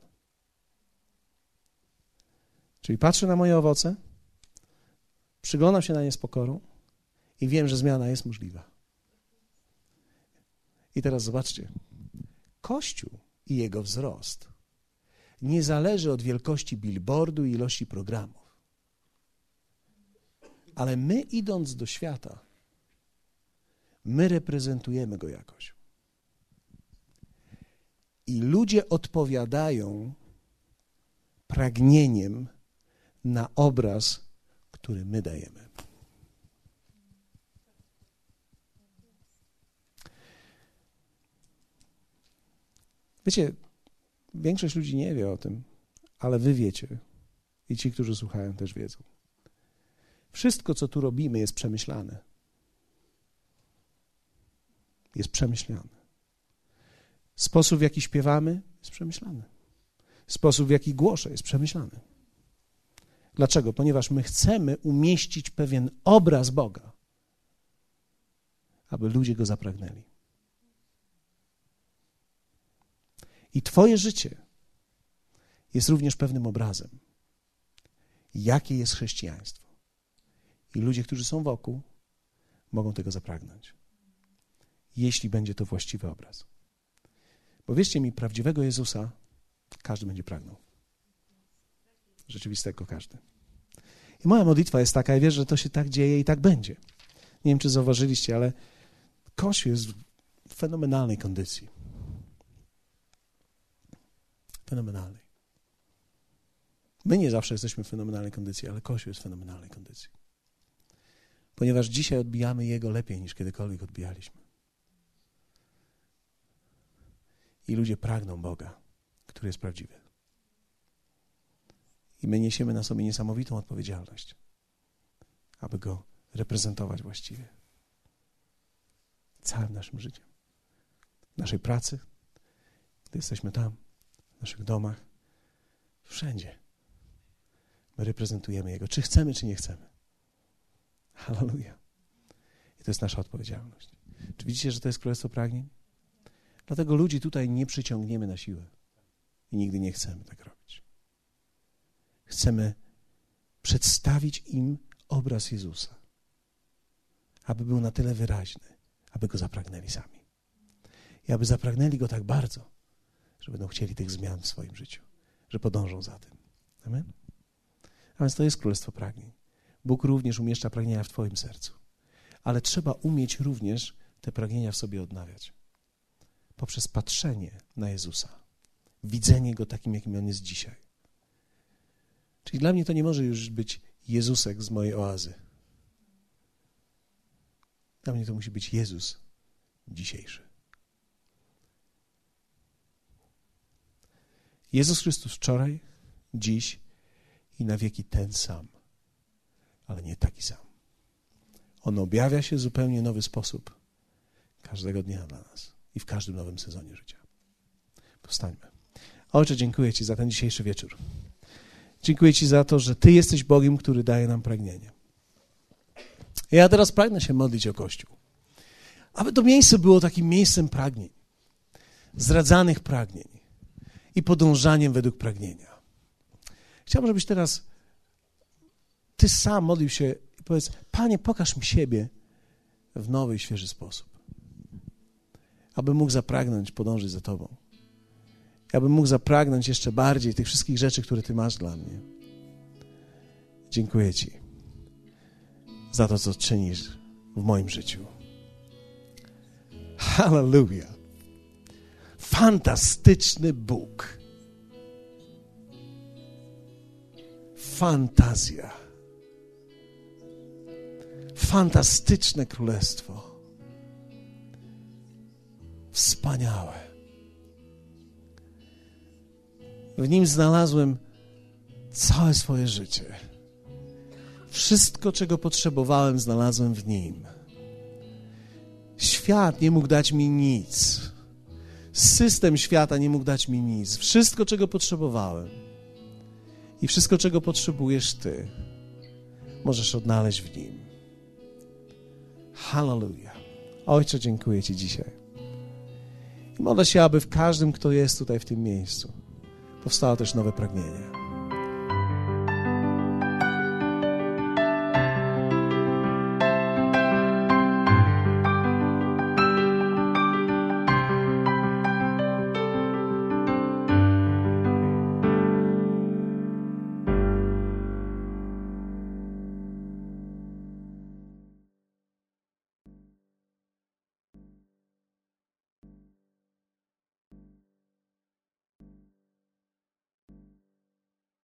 Czyli patrzę na moje owoce, przyglądam się na nie z pokorą i wiem, że zmiana jest możliwa. I teraz zobaczcie, Kościół i jego wzrost nie zależy od wielkości billboardu i ilości programów. Ale my, idąc do świata, my reprezentujemy go jakoś. I ludzie odpowiadają pragnieniem na obraz, który my dajemy. Wiecie, większość ludzi nie wie o tym, ale wy wiecie i ci, którzy słuchają, też wiedzą. Wszystko, co tu robimy, jest przemyślane. Jest przemyślane. Sposób, w jaki śpiewamy, jest przemyślany. Sposób, w jaki głoszę, jest przemyślany. Dlaczego? Ponieważ my chcemy umieścić pewien obraz Boga, aby ludzie go zapragnęli. I twoje życie jest również pewnym obrazem, jakie jest chrześcijaństwo. I ludzie, którzy są wokół, mogą tego zapragnąć, jeśli będzie to właściwy obraz. Bo wierzcie mi, prawdziwego Jezusa każdy będzie pragnął. Rzeczywistego każdy. I moja modlitwa jest taka, ja wierzę, że to się tak dzieje i tak będzie. Nie wiem, czy zauważyliście, ale Kościół jest w fenomenalnej kondycji. Fenomenalnej. My nie zawsze jesteśmy w fenomenalnej kondycji, ale Kościół jest w fenomenalnej kondycji. Ponieważ dzisiaj odbijamy Jego lepiej niż kiedykolwiek odbijaliśmy. I ludzie pragną Boga, który jest prawdziwy. I my niesiemy na sobie niesamowitą odpowiedzialność, aby Go reprezentować właściwie. Całym naszym życiem. W naszej pracy, gdy jesteśmy tam, w naszych domach, wszędzie. My reprezentujemy Jego, czy chcemy, czy nie chcemy. Halleluja. I to jest nasza odpowiedzialność. Czy widzicie, że to jest królestwo pragnień? Dlatego ludzi tutaj nie przyciągniemy na siłę. I nigdy nie chcemy tak robić. Chcemy przedstawić im obraz Jezusa, aby był na tyle wyraźny, aby Go zapragnęli sami. I aby zapragnęli Go tak bardzo, że będą chcieli tych zmian w swoim życiu, że podążą za tym. Amen? A więc to jest królestwo pragnień. Bóg również umieszcza pragnienia w twoim sercu. Ale trzeba umieć również te pragnienia w sobie odnawiać. Poprzez patrzenie na Jezusa. Widzenie Go takim, jakim On jest dzisiaj. Czyli dla mnie to nie może już być Jezusek z mojej oazy. Dla mnie to musi być Jezus dzisiejszy. Jezus Chrystus wczoraj, dziś i na wieki ten sam, ale nie taki sam. On objawia się w zupełnie nowy sposób każdego dnia dla nas i w każdym nowym sezonie życia. Powstańmy. Ojcze, dziękuję Ci za ten dzisiejszy wieczór. Dziękuję Ci za to, że Ty jesteś Bogiem, który daje nam pragnienie. Ja teraz pragnę się modlić o Kościół. Aby to miejsce było takim miejscem pragnień, zdradzanych pragnień i podążaniem według pragnienia. Chciałbym, żebyś teraz Ty sam modlił się i powiedz: Panie, pokaż mi siebie w nowy i świeży sposób. Abym mógł zapragnąć podążyć za Tobą. Abym mógł zapragnąć jeszcze bardziej tych wszystkich rzeczy, które Ty masz dla mnie. Dziękuję Ci za to, co czynisz w moim życiu. Hallelujah. Fantastyczny Bóg. Fantazja. Fantastyczne Królestwo. Wspaniałe. W nim znalazłem całe swoje życie. Wszystko, czego potrzebowałem, znalazłem w nim. Świat nie mógł dać mi nic. System świata nie mógł dać mi nic. Wszystko, czego potrzebowałem i wszystko, czego potrzebujesz Ty, możesz odnaleźć w nim. Hallelujah. Ojcze, dziękuję Ci dzisiaj. I modlę się, aby w każdym, kto jest tutaj w tym miejscu, powstało też nowe pragnienie.